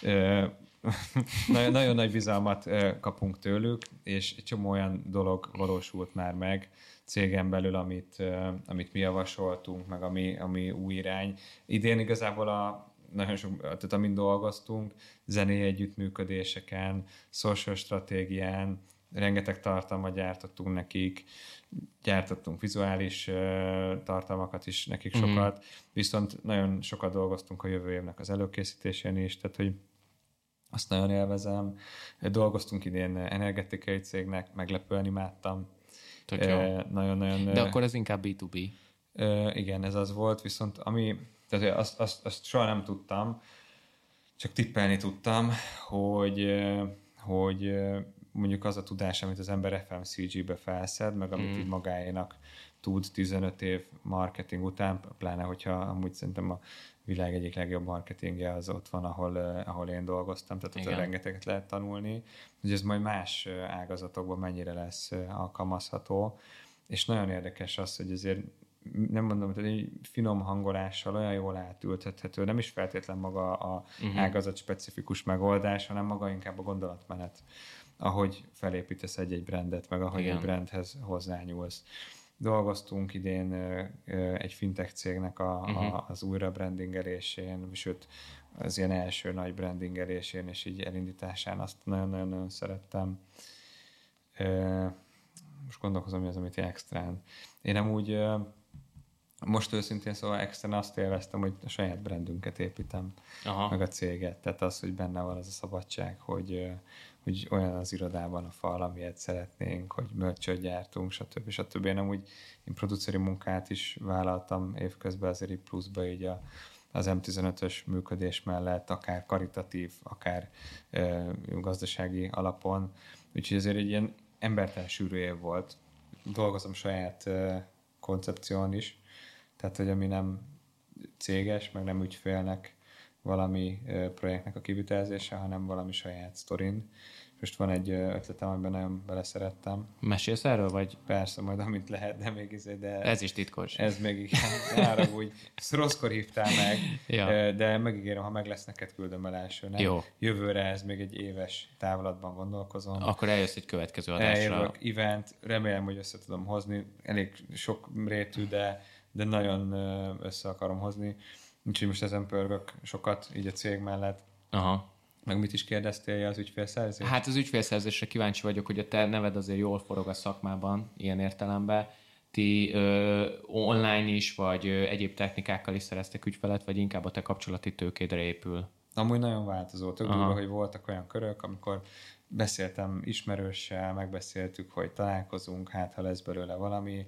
Nagyon nagy bizalmat kapunk tőlük, és egy csomó olyan dolog valósult már meg cégen belül, amit mi javasoltunk, meg ami új irány. Idén igazából nagyon sok, tehát amin dolgoztunk, zenei együttműködéseken, social stratégián, rengeteg tartalmat gyártottunk nekik, gyártottunk vizuális tartalmakat is nekik sokat, viszont nagyon sokat dolgoztunk a jövő évnek az előkészítésén is, tehát hogy azt nagyon élvezem. Dolgoztunk idén energetikai cégnek, meglepően imádtam. Nagyon-nagyon... De akkor ez inkább B2B. Igen, ez az volt, viszont tehát azt soha nem tudtam, csak tippelni tudtam, hogy mondjuk az a tudás, amit az ember FMCG-be felszed, meg amit így magáénak tud 15 év marketing után, pláne hogyha amúgy szerintem világ egyik legjobb marketingje az ott van, ahol én dolgoztam, tehát ott rengeteget lehet tanulni, hogy ez majd más ágazatokban mennyire lesz alkalmazható, és nagyon érdekes az, hogy azért nem mondom, hogy egy finom hangolással olyan jól átültethető, nem is feltétlen maga a ágazat specifikus megoldás, hanem maga inkább a gondolatmenet, ahogy felépítesz egy brandet, meg ahogy egy brandhez hozzányúlsz. Dolgoztunk idén egy fintech cégnek az újra brandingelésén, sőt az ilyen első nagy brandingelésén és így elindításán, azt nagyon-nagyon szerettem. Most gondolkozom, mi az, amit extrán. Én amúgy most őszintén szóval extrán azt élveztem, hogy a saját brandünket építem, meg a céget. Tehát az, hogy benne van az a szabadság, hogy olyan az irodában a fal, amilyet szeretnénk, hogy merch-öt gyártunk, stb. Én produceri munkát is vállaltam évközben azért így pluszba így az M15-ös működés mellett, akár karitatív, akár gazdasági alapon. Úgyhogy azért egy ilyen embertelen sűrű év volt. Dolgozom saját koncepción is, tehát hogy ami nem céges, meg nem ügyfélnek valami projektnek a kivitelezése, hanem valami saját sztorin. Most van egy ötletem, amiben nagyon beleszerettem. Mesélsz erről, vagy? Persze, majd amit lehet, de még de ez is titkos. Ez még igen, úgy. Rosszkor hívtál meg, de megígérem, ha meg lesz, neked küldöm el elsőnek. Jó. Jövőre ez még egy éves távlatban gondolkozom. Akkor eljössz egy következő adásra. Eljövök, event, remélem, hogy össze tudom hozni. Elég sok rétű, de nagyon össze akarom hozni. Úgyhogy most ezen pörgök sokat, így a cég mellett. Aha. Meg mit is kérdeztél az ügyfélszerzés? Hát az ügyfélszerzésre kíváncsi vagyok, hogy a te neved azért jól forog a szakmában, ilyen értelemben. Ti online is, vagy egyéb technikákkal is szereztek ügyfelet, vagy inkább a te kapcsolati tőkédre épül? Amúgy nagyon változó. Tök durva, hogy voltak olyan körök, amikor beszéltem ismerőssel, megbeszéltük, hogy találkozunk, hát ha lesz belőle valami.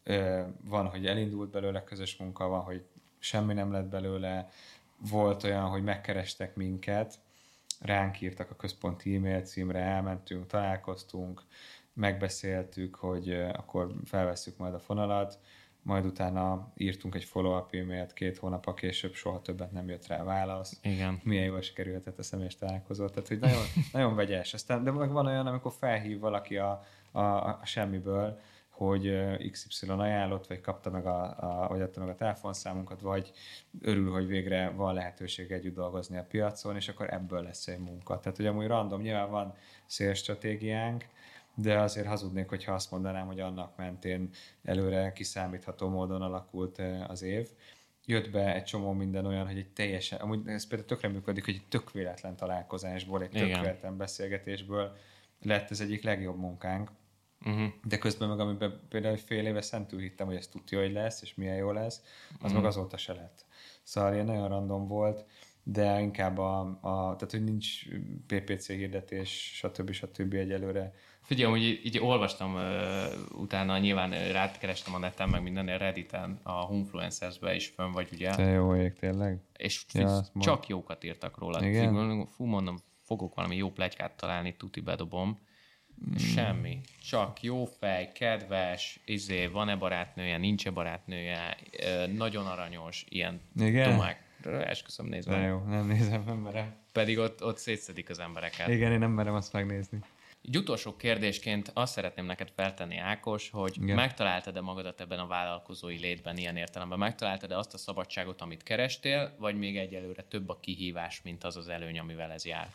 Van, hogy elindult belőle közös munka, van, hogy semmi nem lett belőle. Volt olyan, hogy megkerestek minket, ránk írtak a központi e-mail címre, elmentünk, találkoztunk, megbeszéltük, hogy akkor felvesszük majd a fonalat, majd utána írtunk egy follow-up e-mailt 2 hónappal később, soha többet nem jött rá válasz. Igen. Milyen jól sikerülhetett a személyes találkozó. Tehát, hogy nagyon, nagyon vegyes. Aztán, de meg van olyan, amikor felhív valaki a semmiből, hogy XY ajánlott, vagy kapta meg vagy adta meg a telefonszámunkat, vagy örül, hogy végre van lehetőség együtt dolgozni a piacon, és akkor ebből lesz egy munka. Tehát, hogy amúgy random, nyilván van sales stratégiánk, de azért hazudnék, hogyha azt mondanám, hogy annak mentén előre kiszámítható módon alakult az év. Jött be egy csomó minden olyan, hogy egy teljesen, amúgy ez például tökre működik, hogy egy tök véletlen találkozásból, egy tök véletlen beszélgetésből lett ez egyik legjobb munkánk. De közben meg, amiben például fél éve szentül hittem, hogy ez tudja, hogy lesz, és milyen jó lesz, az meg azóta se lett. Szóval ilyen nagyon random volt, de inkább tehát, hogy nincs PPC hirdetés, stb. Egyelőre. Figyelj, hogy így olvastam utána, nyilván rákerestem a neten, meg mindennél Redditen, a Homefluencers-be is fönn vagy, ugye? Te jó ég, tényleg? És csak jókat írtak róla. Fú, mondom, fogok valami jó pletykát találni, tuti bedobom. Semmi. Csak jó fej, kedves, van-e barátnője, nincs-e barátnője, nagyon aranyos, ilyen tomák. Esküszöm, nézd meg. Jó, nem nézem, nem merem. Pedig ott szétszedik az embereket. Igen, én nem merem azt megnézni. Egy utolsó kérdésként azt szeretném neked feltenni, Ákos, hogy megtaláltad-e magadat ebben a vállalkozói létben ilyen értelemben? Megtaláltad-e azt a szabadságot, amit kerestél, vagy még egyelőre több a kihívás, mint az előny, amivel ez jár?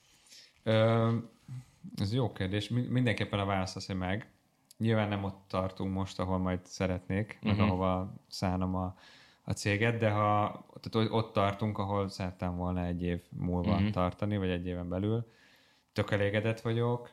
Ez jó kérdés. Mindenképpen a válasz az, hogy meg. Nyilván nem ott tartunk most, ahol majd szeretnék, meg ahova szánom a céget, de tehát ott tartunk, ahol szerettem volna egy év múlva tartani, vagy egy éven belül. Tök elégedett vagyok.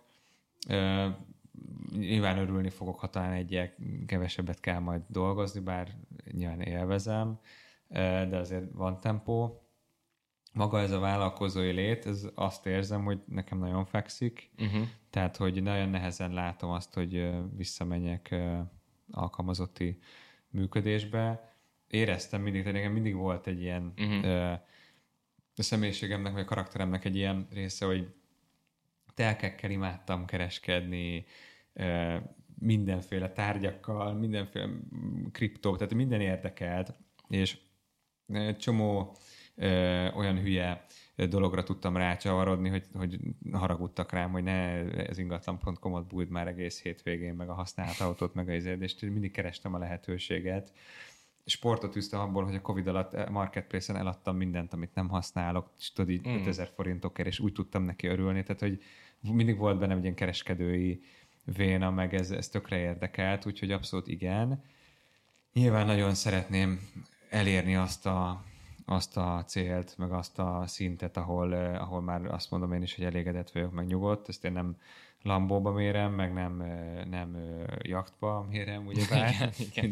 Nyilván örülni fogok, ha talán egyel kevesebbet kell majd dolgozni, bár nyilván élvezem, de azért van tempó. Maga ez a vállalkozói lét, ez azt érzem, hogy nekem nagyon fekszik, tehát hogy nagyon nehezen látom azt, hogy visszamenjek alkalmazotti működésbe. Éreztem mindig, tehát nekem mindig volt egy ilyen a személyiségemnek, vagy a karakteremnek egy ilyen része, hogy telkekkel imádtam kereskedni, mindenféle tárgyakkal, mindenféle kriptó, tehát minden érdekelt, és Csomó olyan hülye dologra tudtam rácsavarodni, hogy haragudtak rám, hogy ne az ingatlan.com-ot bújt már egész hétvégén, meg a használt autót, meg és mindig kerestem a lehetőséget. Sportot üztem abból, hogy a Covid alatt marketplace-en eladtam mindent, amit nem használok, és tudod, így 5000 forintokért, és úgy tudtam neki örülni. Tehát, hogy mindig volt bennem egy ilyen kereskedői véna, meg ez tökre érdekelt, úgyhogy abszolút igen. Nyilván nagyon szeretném elérni azt a célt, meg azt a szintet, ahol már azt mondom én is, hogy elégedett vagyok, meg nyugodt. Ezt én nem Lambóba mérem, meg nem jachtba mérem, ugyebár,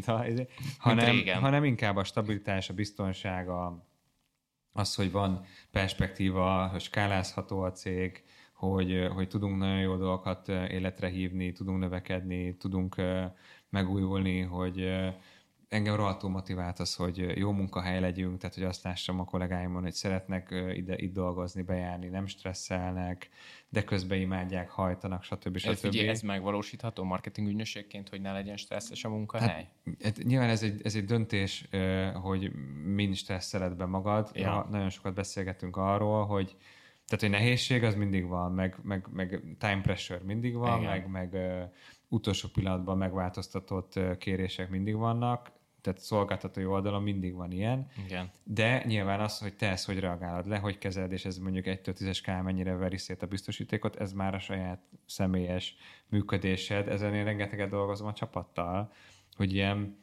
hanem inkább a stabilitás, a biztonság, az, hogy van perspektíva, hogy skálázható a cég, hogy tudunk nagyon jó dolgokat életre hívni, tudunk növekedni, tudunk megújulni, hogy engem rohadtul motivált az, hogy jó munkahely legyünk, tehát hogy azt lássam a kollégáimon, hogy szeretnek itt dolgozni, bejárni, nem stresszelnek, de közben imádják, hajtanak, stb. Figyelj, ez megvalósítható marketing ügynökségként, hogy ne legyen stresszes a munkahely? Hát nyilván ez egy döntés, hogy mind stresszeled be magad. Ja. Nagyon sokat beszélgetünk arról, hogy tehát, hogy nehézség az mindig van, meg time pressure mindig van, meg utolsó pillanatban megváltoztatott kérések mindig vannak, tehát szolgáltatói oldalon mindig van ilyen. Igen. De nyilván az, hogy te ezt hogy reagálod le, hogy kezeled, és ez mondjuk 1-10-es skálán mennyire veri szét a biztosítékot, ez már a saját személyes működésed. Ezen én rengeteget dolgozom a csapattal, hogy ilyen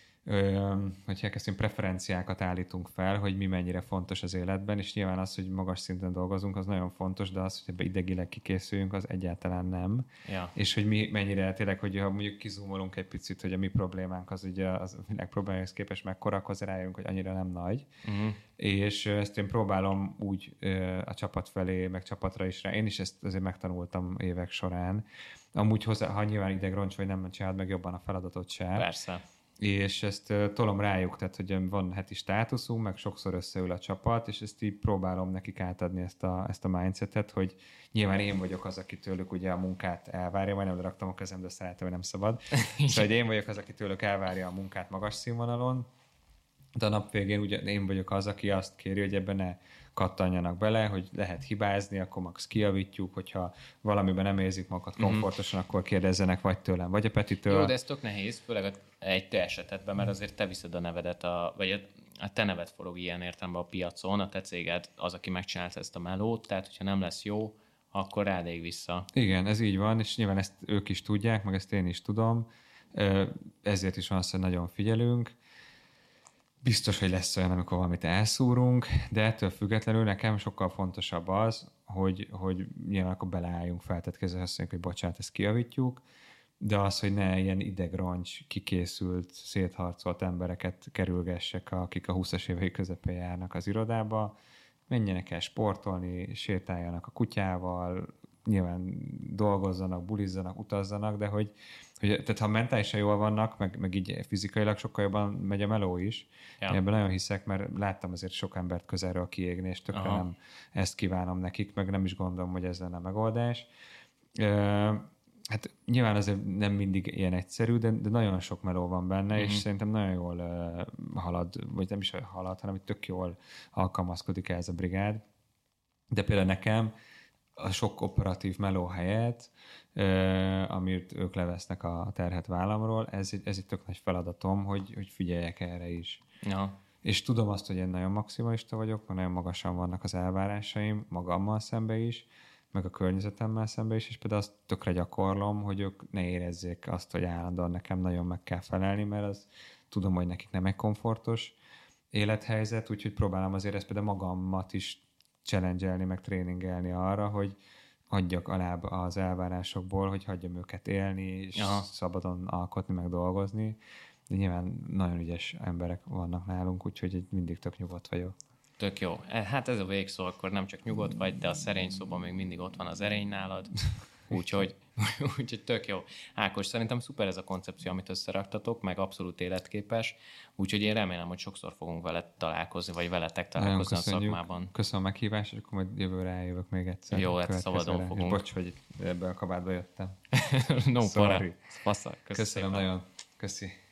hogy elkezdtünk preferenciákat állítunk fel, hogy mi mennyire fontos az életben, és nyilván az, hogy magas szinten dolgozunk, az nagyon fontos, de az, hogy ebbe idegileg kikészüljünk, az egyáltalán nem. Ja. És hogy mi mennyire tényleg, hogy ha mondjuk kizumolunk egy picit, hogy a mi problémánk az ugye a világ problémához képest mekkora, akkor rájönk, hogy annyira nem nagy. És ezt én próbálom úgy a csapat felé, meg csapatra is rá. Én is ezt azért megtanultam évek során. Amúgy ha nyilván idegroncs vagy nem csinálod meg jobban a feladatot sem. Persze. És ezt tolom rájuk, tehát hogy van heti státuszunk, meg sokszor összeül a csapat, és ezt így próbálom nekik átadni ezt a mindsetet, hogy nyilván én vagyok az, aki tőlük ugye a munkát elvárja, majdnem raktam a kezembe, de szeretem, hogy nem szabad. Szóval, hogy én vagyok az, aki tőlük elvárja a munkát magas színvonalon, de a nap végén ugye én vagyok az, aki azt kéri, hogy ebben ne kattanjanak bele, hogy lehet hibázni, akkor max kijavítjuk, hogyha valamiben nem érzik magukat komfortosan, akkor kérdezzenek vagy tőlem, vagy a Petitől. Jó, de ez tök nehéz, főleg egy te esetedben, mert azért te viszed a nevedet, vagy a te neved forog ilyen értelemben a piacon, a te céged az, aki megcsinált ezt a melót, tehát hogyha nem lesz jó, akkor rád ég vissza. Igen, ez így van, és nyilván ezt ők is tudják, meg ezt én is tudom, ezért is van az, hogy nagyon figyelünk. Biztos, hogy lesz olyan, amikor valamit elszúrunk, de ettől függetlenül nekem sokkal fontosabb az, hogy nyilván akkor beleálljunk feltetkező, azt mondjuk, hogy bocsánat, ezt kijavítjuk, de az, hogy ne ilyen idegroncs, kikészült, szétharcolt embereket kerülgessek, akik a 20-as évei közepén járnak az irodába, menjenek el sportolni, sétáljanak a kutyával, nyilván dolgozzanak, bulizzanak, utazzanak, de hogy tehát ha mentálisan jól vannak, meg így fizikailag sokkal jobban megy a meló is. Ja. Ebben nagyon hiszek, mert láttam azért sok embert közelről kiégni, és tökre nem ezt kívánom nekik, meg nem is gondolom, hogy ez lenne a megoldás. Hát nyilván azért nem mindig ilyen egyszerű, de nagyon sok meló van benne, és szerintem nagyon jól halad, vagy nem is halad, hanem hogy tök jól alkalmazkodik ez a brigád. De például nekem a sok operatív meló helyett, amit ők levesznek a terhet vállamról, ez egy tök nagy feladatom, hogy figyeljek erre is. Ja. És tudom azt, hogy én nagyon maximalista vagyok, mert nagyon magasan vannak az elvárásaim, magammal szembe is, meg a környezetemmel szembe is, és például azt tökre gyakorlom, hogy ők ne érezzék azt, hogy állandóan nekem nagyon meg kell felelni, mert az tudom, hogy nekik nem egy komfortos élethelyzet, úgyhogy próbálom azért ezt például magamat is challenge-elni, meg tréningelni arra, hogy hagyjak alább az elvárásokból, hogy hagyjam őket élni, és szabadon alkotni, meg dolgozni. De nyilván nagyon ügyes emberek vannak nálunk, úgyhogy mindig tök nyugodt vagyok. Tök jó. Hát ez a végszó, akkor nem csak nyugodt vagy, de a szerény szóban még mindig ott van az erény nálad. Úgyhogy tök jó. Ákos, szerintem szuper ez a koncepció, amit összeraktatok, meg abszolút életképes. Úgyhogy én remélem, hogy sokszor fogunk veled találkozni, vagy veletek találkozni a szakmában. Köszönöm a meghívást, és akkor majd jövőre eljövök még egyszer. Jó, hát szabadon fogunk. És bocs, hogy ebbe a kabátba jöttem. No, para. Köszönöm nagyon. Köszi.